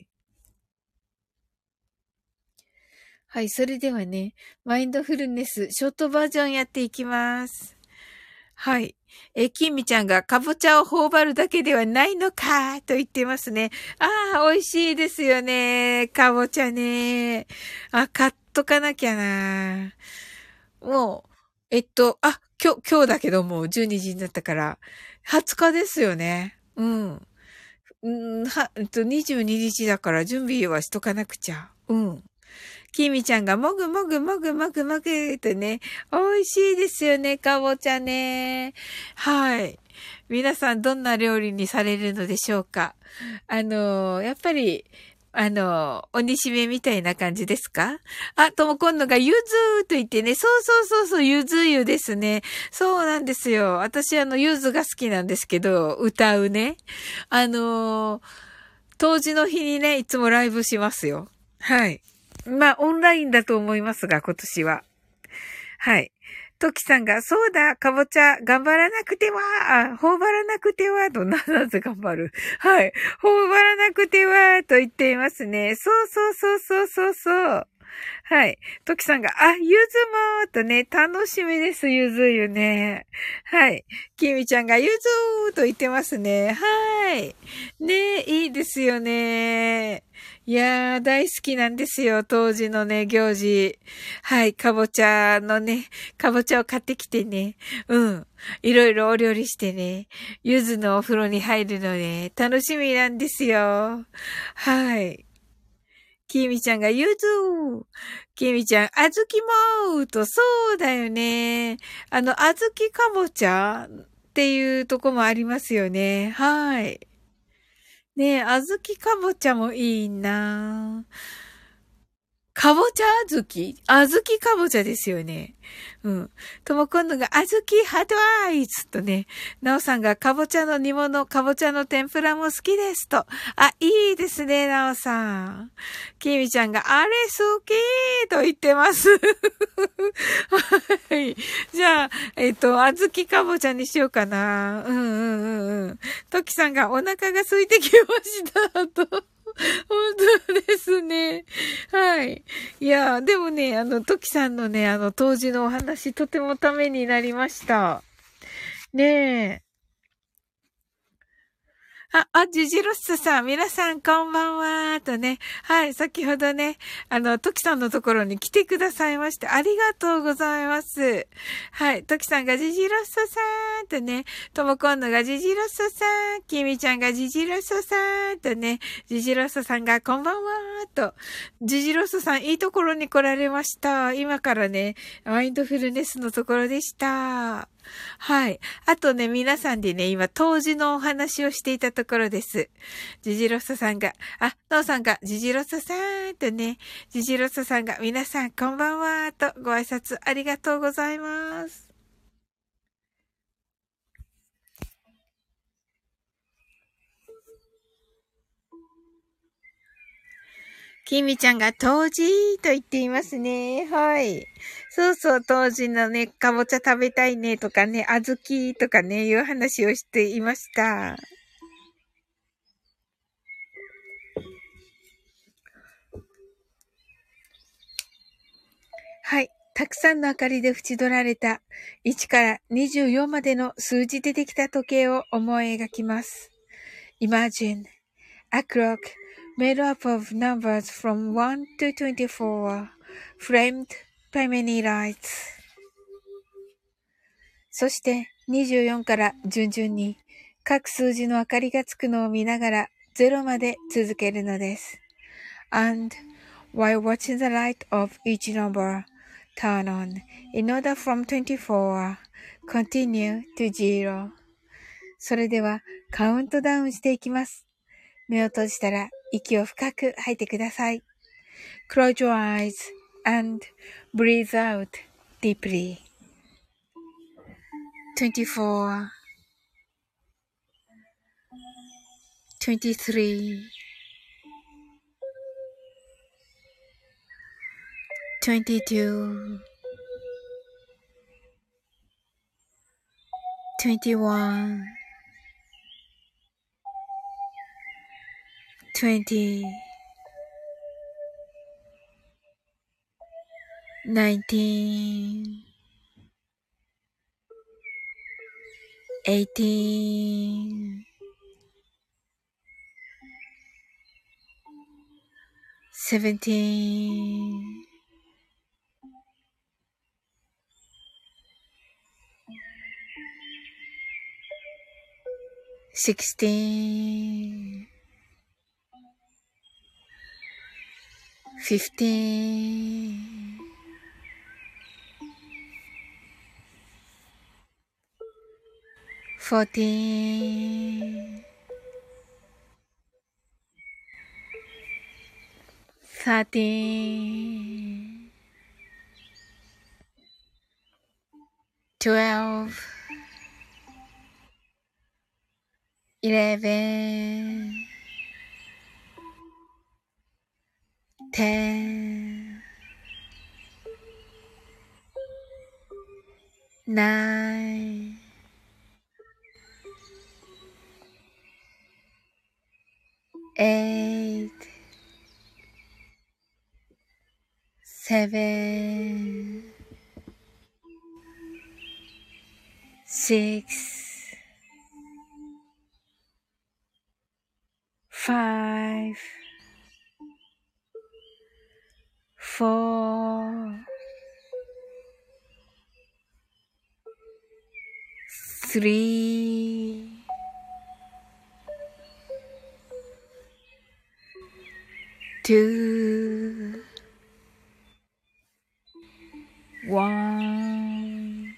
はい。それではね、マインドフルネス、ショートバージョンやっていきます。はい。え、きみちゃんが、かぼちゃを頬張るだけではないのか、と言ってますね。ああ、美味しいですよね。かぼちゃね。あ、買っとかなきゃな。もう、えっと、あ、今日、今日だけどもうじゅうにじになったから、はつかですよね。うん。うん、は、えっと、にじゅうににちだから準備はしとかなくちゃ。うん。きみちゃんがもぐもぐもぐもぐもぐってね、美味しいですよね、かぼちゃね。はい。皆さんどんな料理にされるのでしょうか？あの、やっぱり、あの、おにしめみたいな感じですか？あ、とも今度がゆずーと言ってね、そうそうそうそう、ゆず湯ですね。そうなんですよ。私あの、ゆずが好きなんですけど、歌うね。あの、当時の日にね、いつもライブしますよ。はい。 まあ、オンラインだと思いますが、今年は。はい。トキさんが、そうだ、かぼちゃ、頑張らなくては、あ、頬張らなくては、と、な、なぜ頑張る。はい。頬張らなくては、と言っていますね。そうそうそうそうそうそう。はい。トキさんが、あ、ゆずもーとね、楽しみです、ゆず湯ね。はい。きみちゃんが、ゆずーと言ってますね。はい。ねいいですよね。いやー、大好きなんですよ、当時のね、行事。はい、かぼちゃのね、かぼちゃを買ってきてね、うん。いろいろお料理してね、ゆずのお風呂に入るのね、楽しみなんですよ。はい。きみちゃんがゆずー。きみちゃん、あずきもーと、そうだよね。あの、あずきかぼちゃっていうとこもありますよね。はい。ねえ、あずきかぼちゃもいいな。かぼちゃあずきあずきかぼちゃですよね。うん。とも今度があずきハドアイズとね、なおさんがかぼちゃの煮物、かぼちゃの天ぷらも好きですと。あ、いいですね、なおさん。きみちゃんがあれ好きと言ってます。はい。じゃあ、えっと、あずきかぼちゃにしようかな。うんうんうんうん。ときさんがお腹が空いてきましたと。本当ですね。はい。いや、でもね、あの、トキさんのね、あの、当時のお話、とてもためになりました。ねえ。あ、あ、ジジロッサさん、皆さんこんばんは、とね。はい、先ほどね、あの、トキさんのところに来てくださいまして、ありがとうございます。はい、トキさんがジジロッサさん、とね、ともこんのがジジロッサさん、キミちゃんがジジロッサさん、とね、ジジロッサさんがこんばんは、と。ジジロッサさん、いいところに来られました。今からね、マインドフルネスのところでした。はい。あとね、皆さんでね、今、当時のお話をしていたところです。ジジロッソさんが、あ、ノーさんが、ジジロッソさんとね、ジジロッソさんが、皆さんこんばんはとご挨拶ありがとうございます。きみちゃんが当時と言っていますね。はい。そうそう、当時のね、かぼちゃ食べたいねとかね、あずきとかね、いう話をしていました。はい。たくさんの明かりで縁取られたいちからにじゅうよんまでの数字でできた時計を思い描きます。Imagine a clock made up of numbers from one to twenty-four, framed by many lights. そしてにじゅうよんから順々に各数字の明かりがつくのを見ながらゼロまで続けるのです。And while watching the light of each number turn on in order from twenty-four, continue to zero. それではカウントダウンしていきます。目を閉じたら息を深く吐いてください。Close your eyes and breathe out deeply. twenty-four, twenty-three, twenty-two, twenty-one, twenty, nineteen, eighteen, seventeen, sixteen, fifteen, fourteen, thirteen, twelve, eleven, ten, nine, eight, seven, six, five, four, three, two, one,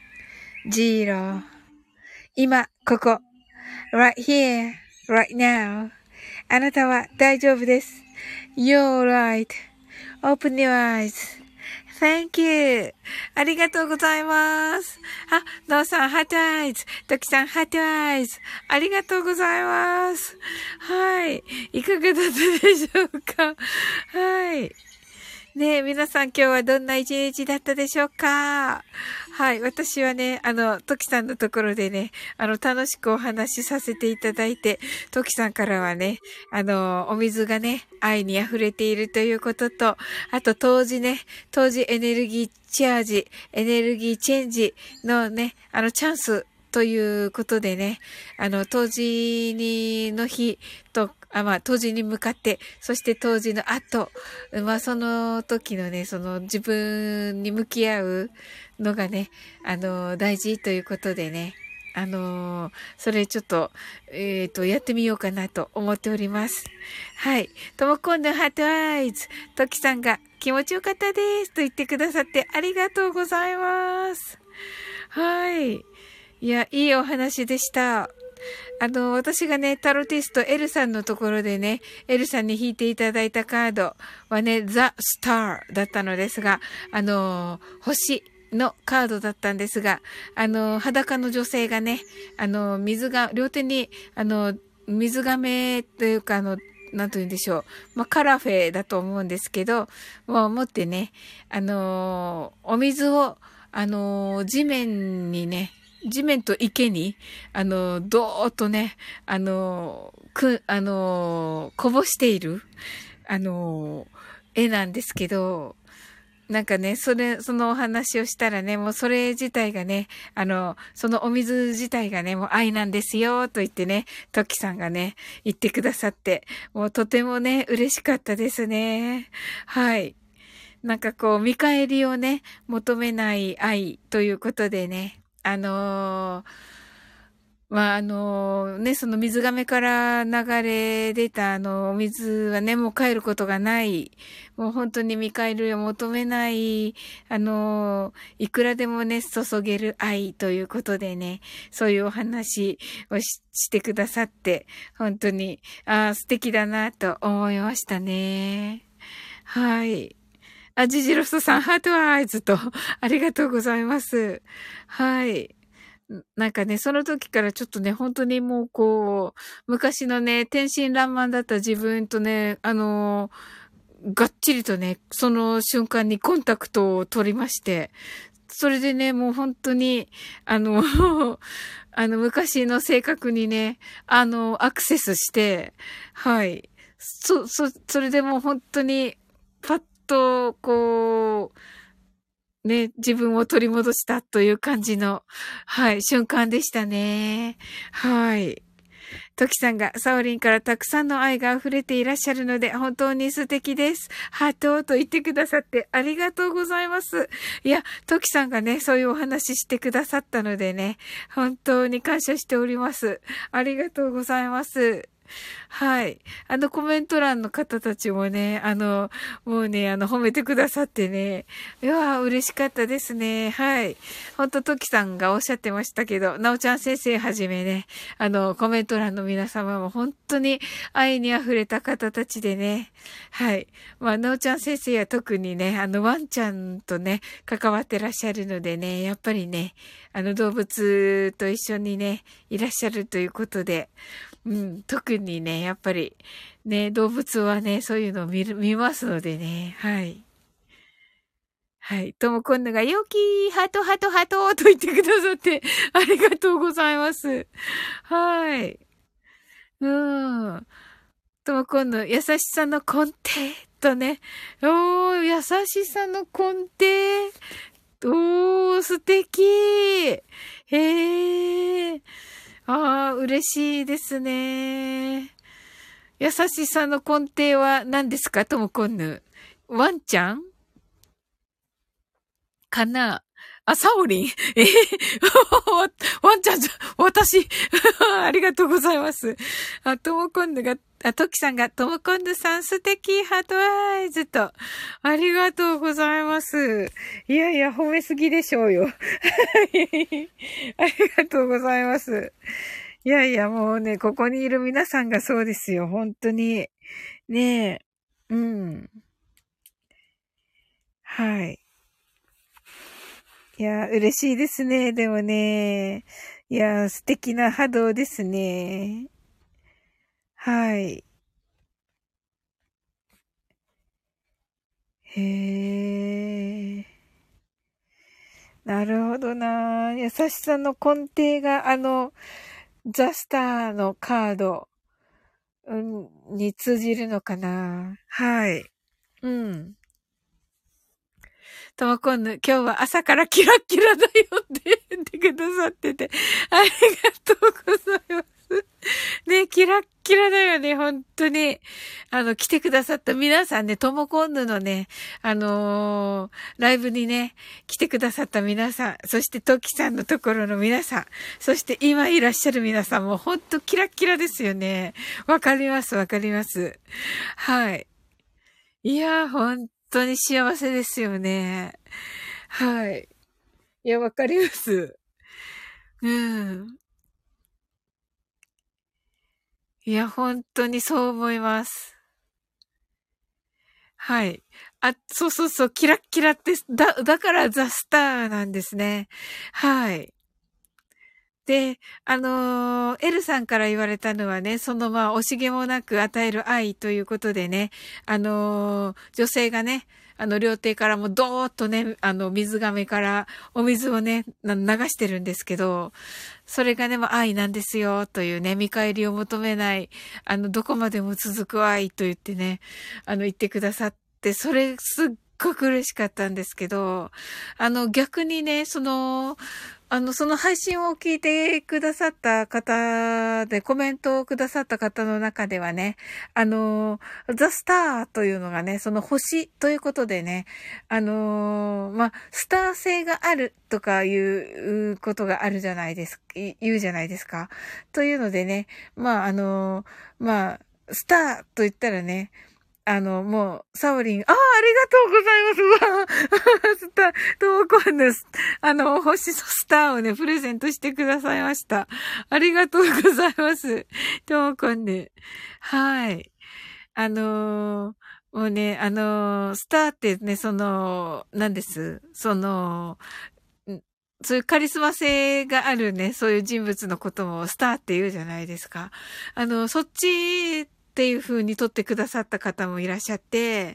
zero. 今、ここ。right here, right now. あなたは大丈夫です。You're right.Open your eyes.Thank you. ありがとうございます。あ、なおさん、ハートアイズ。トキさん、ハートアイズ。ありがとうございます。はい。いかがだったでしょうか。はい。ねえ、皆さん今日はどんな一日だったでしょうか。はい。私はね、あの、トキさんのところでね、あの、楽しくお話しさせていただいて、トキさんからはね、あの、お水がね、愛に溢れているということと、あと当時ね、当時エネルギーチャージ、エネルギーチェンジのね、あの、チャンス、ということでね、あの、当時にの日と、あ、まあ、当時に向かって、そして当時の後、まあ、その時のね、その自分に向き合うのがね、あの、大事ということでね、あの、それちょっと、えっと、やってみようかなと思っております。はい。ともこんのハートアイズ、ときさんが気持ちよかったですと言ってくださってありがとうございます。はい。いや、いいお話でした。あの、私がね、タロティスト L さんのところでね、L さんに引いていただいたカードはね、The Star だったのですが、あの、星のカードだったんですが、あの、裸の女性がね、あの、水が、両手に、あの、水亀というか、あの、なんと言うんでしょう。まあ、カラフェだと思うんですけど、もう持ってね、あの、お水を、あの、地面にね、地面と池に、あの、どーっとね、あの、く、あの、こぼしている、あの、絵なんですけど、なんかね、それ、そのお話をしたらね、もうそれ自体がね、あの、そのお水自体がね、もう愛なんですよ、と言ってね、トキさんがね、言ってくださって、もうとてもね、嬉しかったですね。はい。なんかこう、見返りをね、求めない愛ということでね、あのー、まあ、あのー、ね、その水亀から流れ出たあの、お水はね、もう帰ることがない。もう本当に見返りを求めない、あのー、いくらでもね、注げる愛ということでね、そういうお話を し, してくださって、本当に、ああ、素敵だなと思いましたね。はい。あ、ジジロスさん、ハートアイズと、ありがとうございます。はい。なんかね、その時からちょっとね、本当にもうこう、昔のね、天真爛漫だった自分とね、あのー、がっちりとね、その瞬間にコンタクトを取りまして、それでね、もう本当に、あの、あの、昔の性格にね、あの、アクセスして、はい。そ、そ、それでもう本当に、パッと、こう、ね、自分を取り戻したという感じの、はい、瞬間でしたね。はい。トキさんがサオリンからたくさんの愛が溢れていらっしゃるので本当に素敵です。ハートと言ってくださってありがとうございます。いや、トキさんがね、そういうお話してくださったのでね、本当に感謝しております。ありがとうございます。はい。あのコメント欄の方たちもね、あの、もうね、あの、褒めてくださってね、いやー、嬉しかったですね。はい。ほんと、トキさんがおっしゃってましたけど、なおちゃん先生はじめね、あの、コメント欄の皆様も本当に愛に溢れた方たちでね、はい。まあ、なおちゃん先生は特にね、あの、ワンちゃんとね、関わってらっしゃるのでね、やっぱりね、あの、動物と一緒にね、いらっしゃるということで、うん、特にね、やっぱり、ね、動物はね、そういうのを見る、見ますのでね、はい。 はい。とも今度が、よきー、ハトハトハトと言ってくださって、ありがとうございます。はい。うん。とも今度、優しさの根底とね。おー、優しさの根底。おー、素敵。へー。あー、嬉しいですね。優しさの根底は何ですかともこんぬ。ワンちゃんかなあ、サオリンえー、ワンちゃんじゃ、私ありがとうございます。あ、ともこんぬが、あ、トキさんが、ともこんぬさん素敵ハートアイズと。ありがとうございます。いやいや、褒めすぎでしょうよ。ありがとうございます。いやいや、もうね、ここにいる皆さんがそうですよ。本当に。ねえ。うん。はい。いや、嬉しいですね。でもね。いや、素敵な波動ですね。はい。へえ。なるほどな。優しさの根底があの、ザスターのカード、うん、に通じるのかな。はい。うん。ともこんぬ、今日は朝からキラッキラだよって言ってくださってて、ありがとうございます。ね、キラッキラだよね、本当に。あの、来てくださった皆さんね、ともこんぬのね、あのー、ライブにね、来てくださった皆さん、そしてトキさんのところの皆さん、そして今いらっしゃる皆さんも本当キラッキラですよね。わかります、わかります。はい。いやー、本当に幸せですよね。はい。いや、わかります。うん。いや、本当にそう思います。はい。あ、そうそうそう、キラッキラって、だ、だからザ・スターなんですね。はい。で、あのー、エルさんから言われたのはね、そのまあ、惜しげもなく与える愛ということでね、あのー、女性がね、あの、料亭からもドーッとね、あの、水亀からお水をね、流してるんですけど、それがね、もう愛なんですよ、というね、見返りを求めない、あの、どこまでも続く愛と言ってね、あの、言ってくださって、それすっごく嬉しかったんですけど、あの、逆にね、その、あの、その配信を聞いてくださった方で、コメントをくださった方の中ではね、あの、ザ・スターというのがね、その星ということでね、あの、まあ、スター性があるとかいうことがあるじゃないですか、言うじゃないですか。というのでね、まあ、あの、まあ、スターと言ったらね、あの、もう、サオリン、ああ、ありがとうございます。うわスター、トーコンです。あの、星のスターをね、プレゼントしてくださいました。ありがとうございます。トーコンで。はい。あのーもうね、あのースターってね、その、何です。その、んそういうカリスマ性があるね、そういう人物のこともスターって言うじゃないですか。あの、そっちっていう風に撮ってくださった方もいらっしゃって、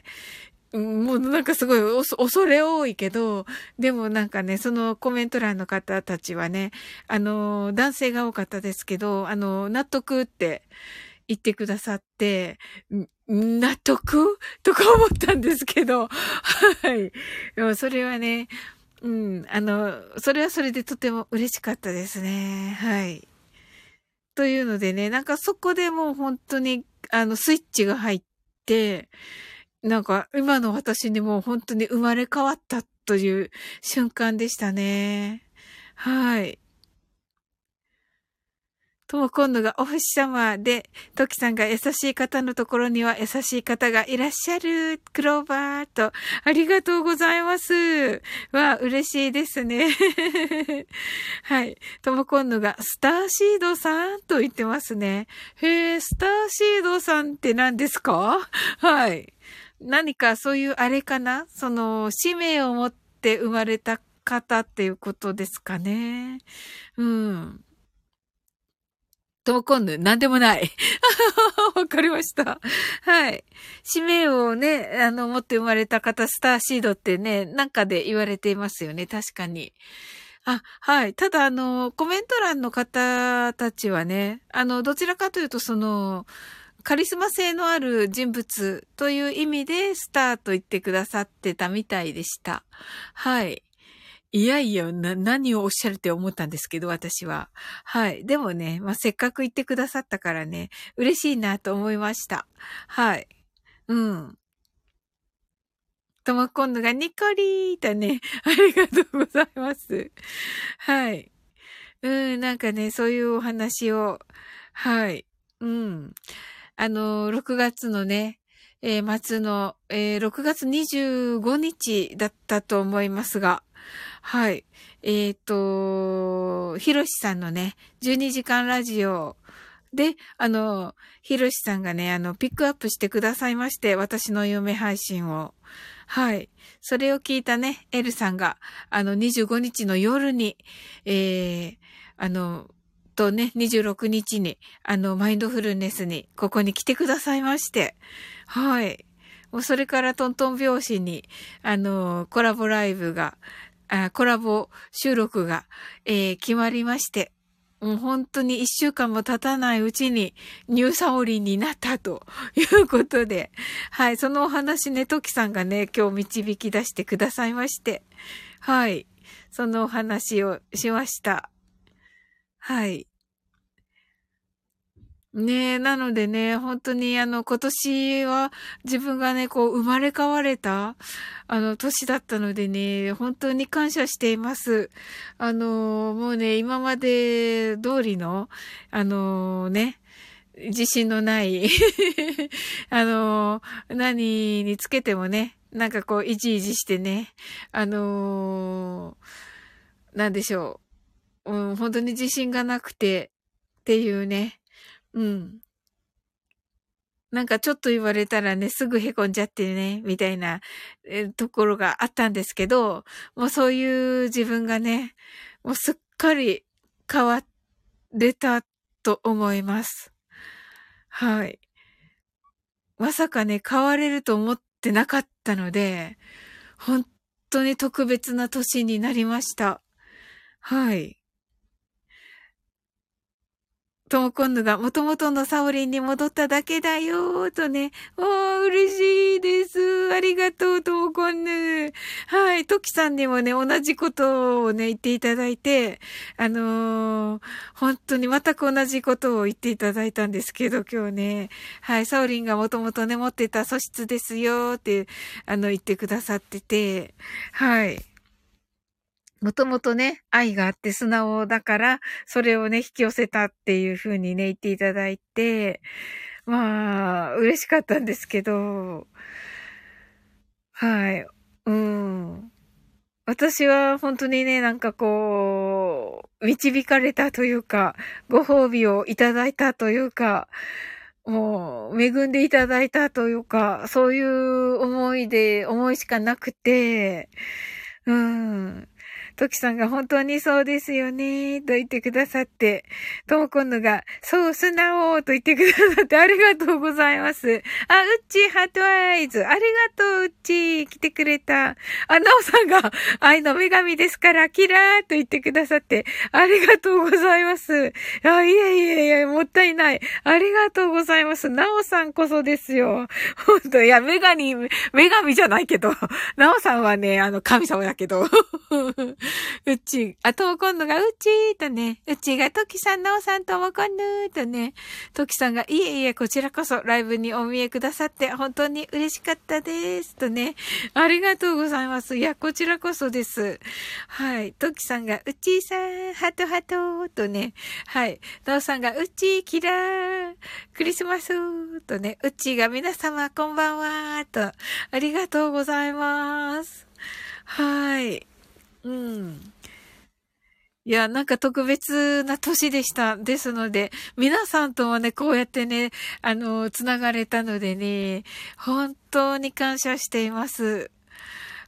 うんもうなんかすごいおそ恐れ多いけど、でもなんかね、そのコメント欄の方たちはね、あの、男性が多かったですけど、あの、納得って言ってくださって、ん納得とか思ったんですけど、はい。でもそれはね、うん、あの、それはそれでとても嬉しかったですね。はい。というのでね、なんかそこでもう本当に、あの、スイッチが入って、なんか今の私にもう本当に生まれ変わったという瞬間でしたね。はい。とも今度がお星様で、トキさんが優しい方のところには優しい方がいらっしゃる。クローバーと、ありがとうございます。わ、嬉しいですね。はい。とも今度がスターシードさんと言ってますね。へえ、スターシードさんって何ですか？はい。何かそういうあれかな？その、使命を持って生まれた方っていうことですかね。うん。 ともこんぬ、なんでもない。わかりました。はい。使命をね、あの、持って生まれた方、スターシードってね、なんかで言われていますよね。確かに。あ、はい。ただ、あの、コメント欄の方たちはね、あの、どちらかというと、その、カリスマ性のある人物という意味で、スターと言ってくださってたみたいでした。はい。いやいや、な、何をおっしゃるって思ったんですけど、私は。はい。でもね、まあ、せっかく言ってくださったからね、嬉しいなと思いました。はい。うん。ともこんぬがニコリーとね、ありがとうございます。はい。うん、なんかね、そういうお話を、はい。うん。あの、ろくがつのね、えー末の、えーろくがつにじゅうごにちだったと思いますが、はい。えっと、ひろしさんのね、じゅうにじかんラジオで、あの、ひろしさんがね、あの、ピックアップしてくださいまして、私の夢配信を。はい。それを聞いたね、エルさんが、あの、にじゅうごにちの夜に、えー、あの、とね、にじゅうろくにちに、あの、マインドフルネスに、ここに来てくださいまして、はい。もうそれからトントン拍子に、あの、コラボライブが、あコラボ収録が、えー決まりまして、もう本当に一週間も経たないうちにニューサオリンになったということで、はい、そのお話ね、トキさんがね、今日導き出してくださいまして、はい、そのお話をしました。はい。ねえ、なのでね、本当にあの、今年は自分がね、こう、生まれ変われた、あの、年だったのでね、本当に感謝しています。あの、もうね、今まで通りの、あのね、自信のないあの、何につけてもね、なんかこう、いじいじしてね、あのなんでしょう、うん、本当に自信がなくてっていうね、うん。なんかちょっと言われたらね、すぐへこんじゃってね、みたいな、えーところがあったんですけど、もうそういう自分がね、もうすっかり変われたと思います。はい。まさかね、変われると思ってなかったので、本当に特別な年になりました。はい。ともこんぬが元々のサオリンに戻っただけだよーとね。おー、嬉しいです。ありがとう、ともこんぬ。はい。トキさんにもね、同じことをね、言っていただいて、あのー、本当に全く同じことを言っていただいたんですけど、今日ね。はい。サオリンが元々ね、持ってた素質ですよーって、あの、言ってくださってて、はい。もともとね、愛があって素直だから、それをね、引き寄せたっていう風にね、言っていただいて、まあ、嬉しかったんですけど、はい。うん。私は本当にね、なんかこう、導かれたというか、ご褒美をいただいたというか、もう、恵んでいただいたというか、そういう思いで、思いしかなくて、うん。トキさんが本当にそうですよね、と言ってくださって、ともこんのが、そう、素直と言ってくださってありがとうございます。あ、うっちー、ハートアイズ。ありがとう、うっちー。来てくれた。あ、なおさんが、愛の女神ですから、キラーと言ってくださって、ありがとうございます。あ、いえいえいえ、もったいない。ありがとうございます。なおさんこそですよ。本当いや、女神、女神じゃないけど、なおさんはね、あの、神様だけど。うち、あ、ともこんぬがうちーとね、うちがときさん、なおさんともこんぬーとね、ときさんがいえいえ、こちらこそライブにお見えくださって本当に嬉しかったですとね、ありがとうございます。いや、こちらこそです。はい。ときさんがうちーさん、ハトハトとね、はい。なおさんがうちーキラー、クリスマスとね、うちーが皆様こんばんはと、ありがとうございます。はい。うん。いや、なんか特別な年でした。ですので、皆さんともね、こうやってね、あの、つながれたのでね、本当に感謝しています。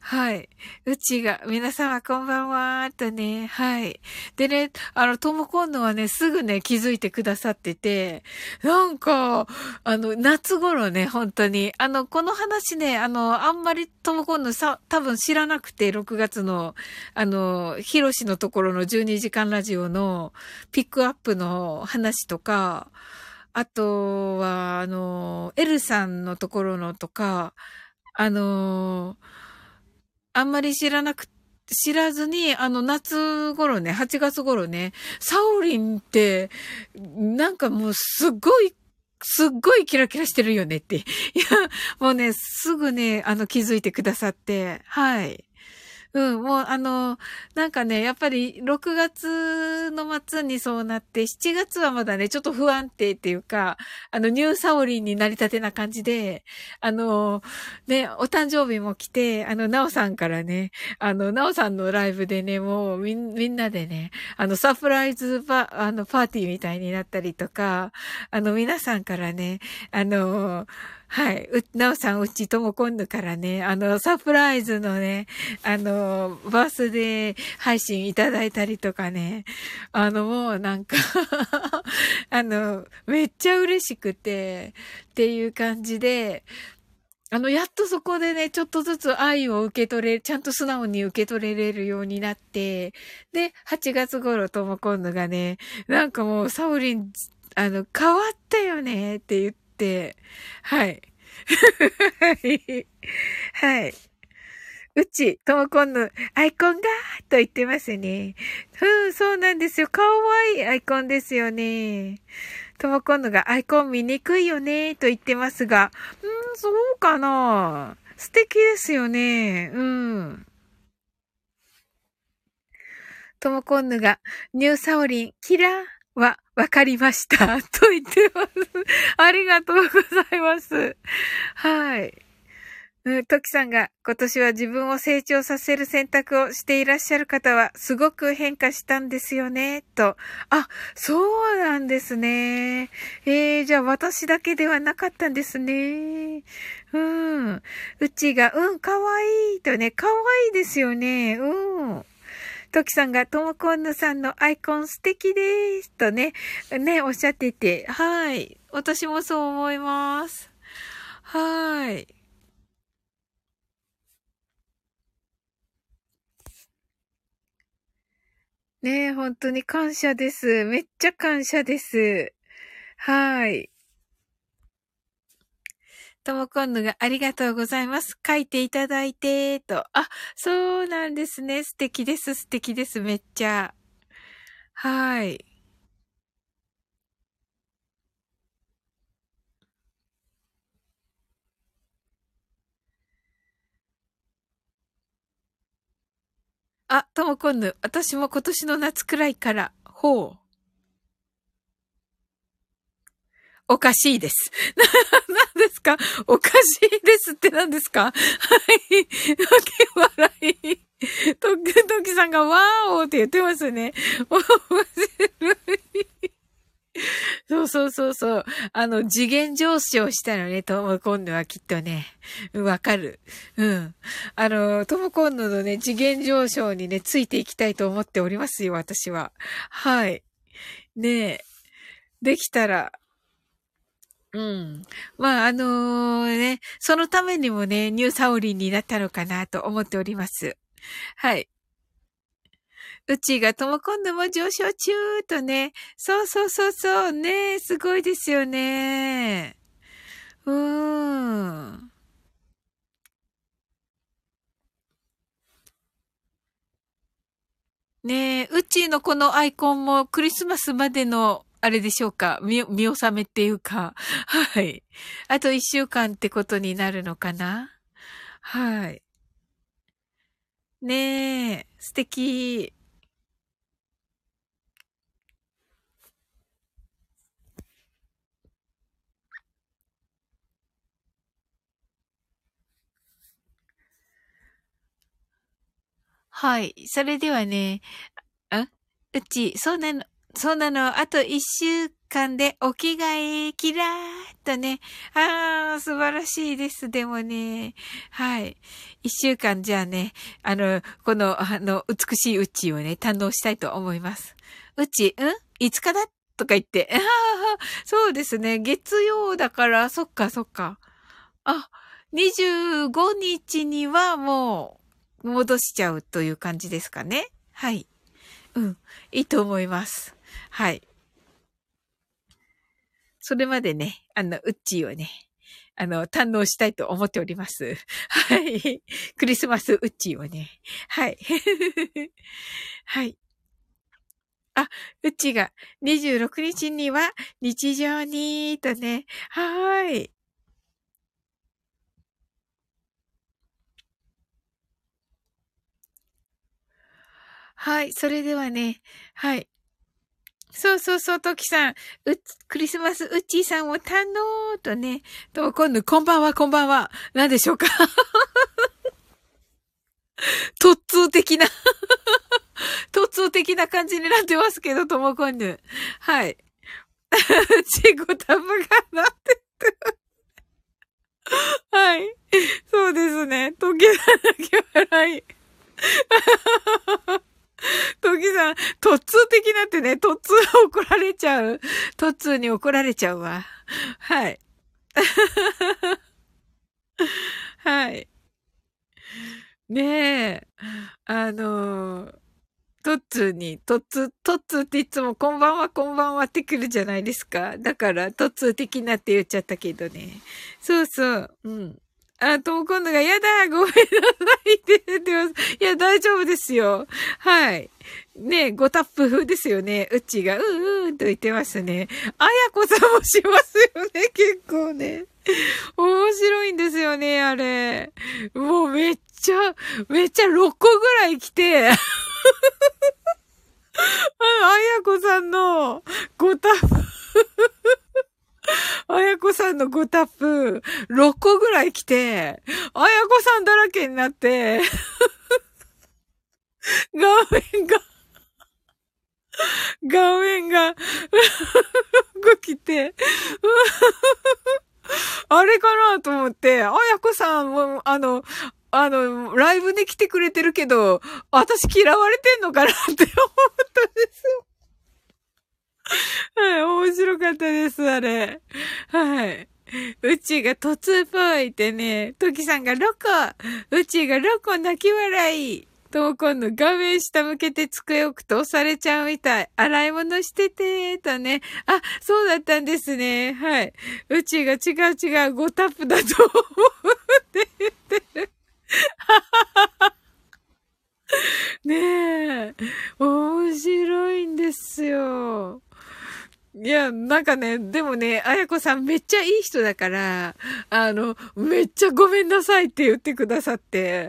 はい。うちが、皆様こんばんはーとね、はい。でね、あの、ともこんのはね、すぐね、気づいてくださってて、なんか、あの、夏頃ね、本当に、あの、この話ね、あの、あんまりともこんのさ、多分知らなくて、ろくがつの、あの、ひろしのところのじゅうにじかんラジオのピックアップの話とか、あとは、あの、エルさんのところのとか、あのあんまり知らなく、知らずに、あの、夏頃ね、はちがつ頃ね、サオリンって、なんかもうすっごい、すっごいキラキラしてるよねって。いや、もうね、すぐね、あの、気づいてくださって、はい。うん、もうあの、なんかね、やっぱりろくがつの末にそうなって、しちがつはまだね、ちょっと不安定っていうか、あの、ニューサオリンになりたてな感じで、あの、ね、お誕生日も来て、あの、ナオさんからね、あの、ナオさんのライブでね、もうみん、みんなでね、あの、サプライズパ、あの、パーティーみたいになったりとか、あの、皆さんからね、あの、はい。う、なおさん、うちとも今度からね、あの、サプライズのね、あの、バースデー配信いただいたりとかね、あの、もうなんかあの、めっちゃ嬉しくて、っていう感じで、あの、やっとそこでね、ちょっとずつ愛を受け取れ、ちゃんと素直に受け取れれるようになって、で、はちがつ頃とも今度がね、なんかもう、サウリン、あの、変わったよねって言って、はい。はい。はい。うち、ともこんのアイコンがと言ってますね。うん、そうなんですよ。かわいいアイコンですよね。ともこんのがアイコン見にくいよねと言ってますが、うん、そうかな。素敵ですよね。うん。ともこんぬが、ニューサオリン、キラーは、わかりました。と言ってます。ありがとうございます。はい。うん、トキさんが今年は自分を成長させる選択をしていらっしゃる方はすごく変化したんですよね、と。あ、そうなんですね。えー、じゃあ私だけではなかったんですね。うん。うちが、うん、かわいいとね、かわいいですよね。うん。トキさんが、ともこんぬさんのアイコン素敵です。とね、ね、おっしゃってて、はい。私もそう思います。はい。ねえ、本当に感謝です。めっちゃ感謝です。はい。ともこんぬがありがとうございます。書いていただいて、と。あ、そうなんですね。素敵です、素敵です。めっちゃ。はい。あ、ともこんぬ、私も今年の夏くらいから、ほう。おかしいです。な、何ですか？おかしいですって何ですか？はい。泣き笑い。とき、ときさんがワーオーって言ってますね。面白い。そうそうそうそう。あの、次元上昇したのね、トモコンヌはきっとね。わかる。うん。あの、トモコンヌのね、次元上昇にね、ついていきたいと思っておりますよ、私は。はい。ねえ。できたら、うん。まあ、あのね、そのためにもね、ニューサオリンになったのかなと思っております。はい。うちがとも今度も上昇中とね。そうそうそうそうね。すごいですよね。うーん。ねえ、うちのこのアイコンもクリスマスまでのあれでしょうか。見、見納めっていうか。はい。あと一週間ってことになるのかな。はい。ねえ、素敵。はい。それではね、あ、うち、そうなの、そうなの、あと一週間でお着替え、キラーっとね。あー、素晴らしいです。でもね。はい。一週間じゃあね、あの、この、あの、美しいうちをね、堪能したいと思います。うち、んいつかだとか言って。あー、そうですね。月曜だから、そっかそっか。あ、にじゅうごにちにはもう、戻しちゃうという感じですかね。はい。うん。いいと思います。はい。それまでね、あの、ウッチーをね、あの、堪能したいと思っております。はい。クリスマスウッチーをね。はい。はい。あ、ウッチーがにじゅうろくにちには日常にとね。はーい。はい。それではね、はい。そうそうそう、トキさん。う、クリスマスウッチーさんを堪能とね。と、今度、こんばんは、こんばんは。何でしょうか突通的な突通的な感じになってますけど、ともこんぬ。はい。チゴタブがなってる。はい。そうですね。時計だけ笑い。トキさん、突通的なってね、突通怒られちゃう。突通に怒られちゃうわ。はい。はい。ねえ。あのー、トッツーに、トッツー、トッツーっていつもこんばんはこんばんはって来るじゃないですか。だから、トッツー的なって言っちゃったけどね。そうそう。うん。あ、とも今度が、やだごめんなさいって言ってます。いや、大丈夫ですよ。はい。ねえ、ごタップ風ですよね。うちが、うーんと言ってますね。あやこさんもしますよね、結構ね。面白いんですよね、あれ。もうめっちゃ、めっちゃろっこぐらい来て、あやこさんのごタップ、あやこさんのごタップ、ろっこぐらい来て、あやこさんだらけになって、画面が、画面が、動きて、あれかなと思って、あやこさんも、あの、あの、ライブに来てくれてるけど、私嫌われてんのかなって思ったんですよ。はい、面白かったです、あれ。はい。うちが突っぽいってね、トキさんがロコ、うちがロコ泣き笑い。とも今度画面下向けて机置くと押されちゃうみたい。洗い物してて、とね。あ、そうだったんですね。はい。うちが違う違う、ごタップだと思うって言ってる。ねえ。面白いんですよ。いや、なんかね、でもね、あやこさんめっちゃいい人だから、あの、めっちゃごめんなさいって言ってくださって、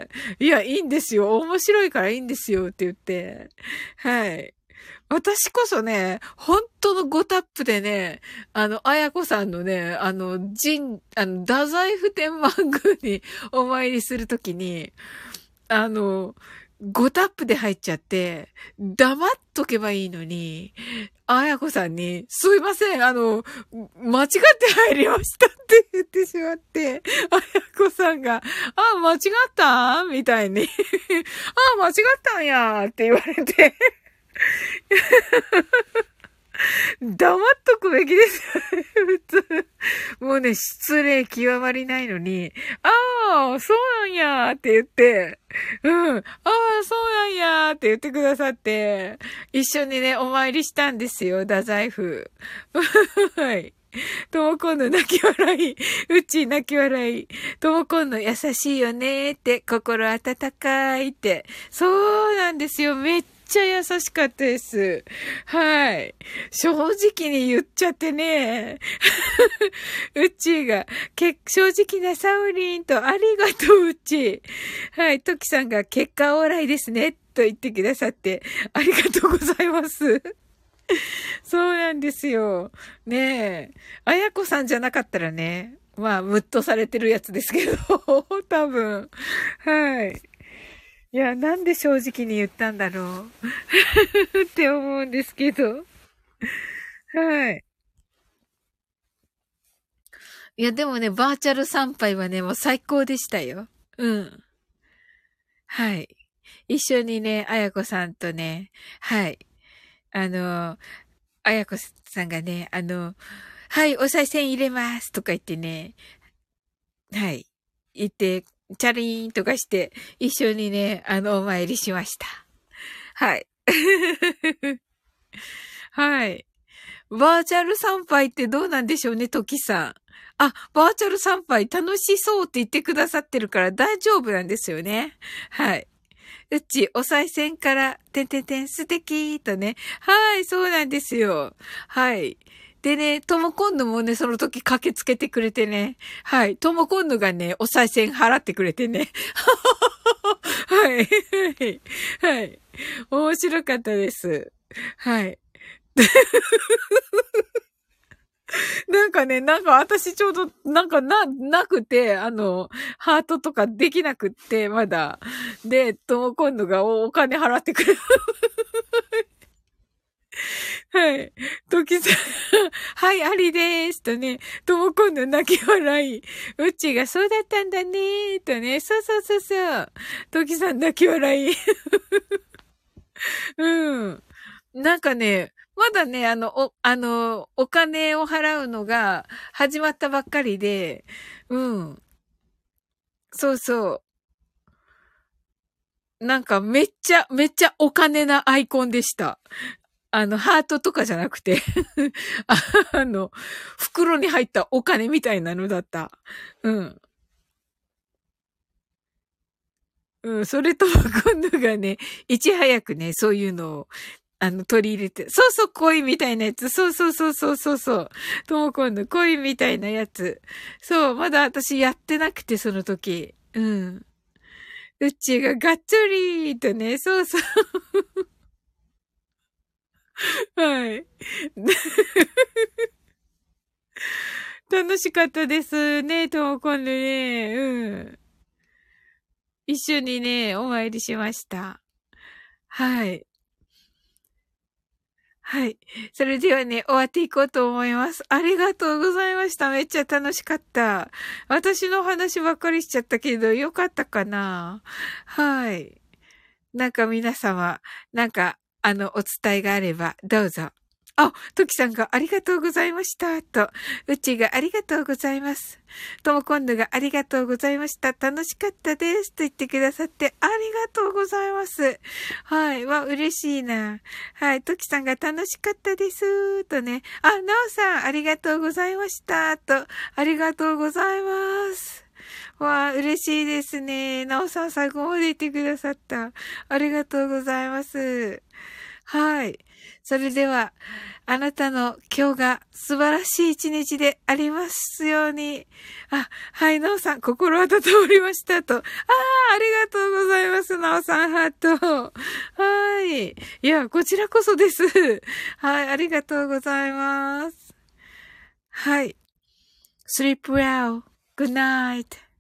いや、いいんですよ。面白いからいいんですよって言って、はい。私こそね、本当のごタップでね、あの、あやこさんのね、あの、神、あの、太宰府天満宮にお参りするときに、あの、ごタップで入っちゃって、黙っとけばいいのに、あやこさんに、すいません、あの、間違って入りましたって言ってしまって、あやこさんが、あ、間違ったみたいに、あ、間違ったんやって言われて、黙っとくべきですよね、普通。もうね、失礼極まりないのに、ああ、そうなんやって言って、うん、ああ、そうなんやって言ってくださって、一緒にね、お参りしたんですよ、太宰府。はい。ともこんの泣き笑い。うち泣き笑い。ともこんの優しいよねって、心温かいって。そうなんですよ。めっちゃ優しかったです。はい。正直に言っちゃってね。うちが、け、正直なサウリンとありがとう、うち。はい。トキさんが結果オーライですね。と言ってくださって、ありがとうございます。そうなんですよ。ねえ。あやこさんじゃなかったらね。まあ、ムッとされてるやつですけど、多分。はい。いや、なんで正直に言ったんだろうって思うんですけど。はい。 いや、でもね、バーチャル参拝はね、もう最高でしたよ。うん。はい。一緒にね、あやこさんとね、はい。あの、あやこさんがね、あの、はい、お賽銭入れますとか言ってね、はい。言って、チャリーンとかして、一緒にね、あの、お参りしました。はい。はい。バーチャル参拝ってどうなんでしょうね、トキさん。あ、バーチャル参拝楽しそうって言ってくださってるから大丈夫なんですよね。はい。うち、お賽銭から、てんてんてん、素敵とね。はい、そうなんですよ。はい。でね、ともこんぬもね、その時駆けつけてくれてね。はい。ともこんぬがね、お賽銭払ってくれてね。はい。はい。はい。面白かったです。はい。なんかね、なんか私ちょうど、なんかな、なくて、あの、ハートとかできなくって、まだ。で、とも今度がお、お金払ってくれる。はい。トキさん、はい、ありでーす。とね、とも今度泣き笑い。うちがそうだったんだねー。とね、そうそうそうそう。トキさん泣き笑い。うん。なんかね、まだね、あの、お、あの、お金を払うのが始まったばっかりで、うん。そうそう。なんかめっちゃ、めっちゃお金なアイコンでした。あの、ハートとかじゃなくてあの、袋に入ったお金みたいなのだった。うん。うん、それとも今度がね、いち早くね、そういうのをあの、取り入れて。そうそう、恋みたいなやつ。そうそうそうそうそうそう。ともこんの恋みたいなやつ。そう、まだ私やってなくて、その時。うん。うっちーががっつりーとね、そうそう。はい。楽しかったですね、ともこんのね。うん。一緒にね、お参りしました。はい。はい。それではね、終わっていこうと思います。ありがとうございました。めっちゃ楽しかった。私の話ばっかりしちゃったけど、よかったかな？はい。なんか皆様、なんか、あの、お伝えがあれば、どうぞ。あ、トキさんがありがとうございました。と、うちがありがとうございます。とも今度がありがとうございました。楽しかったです。と言ってくださってありがとうございます。はい。わ、嬉しいな。はい。トキさんが楽しかったです。とね。あ、なおさん、ありがとうございました。と、ありがとうございます。わあ、嬉しいですね。なおさん、最後まで言ってくださった。ありがとうございます。はい。それでは、あなたの今日が素晴らしい一日でありますように。あ、はい、なおさん、心温まりましたと。ああ、ありがとうございます、なおさん、ハート。はい。いや、こちらこそです。はい、ありがとうございます。はい。sleep well. Good night.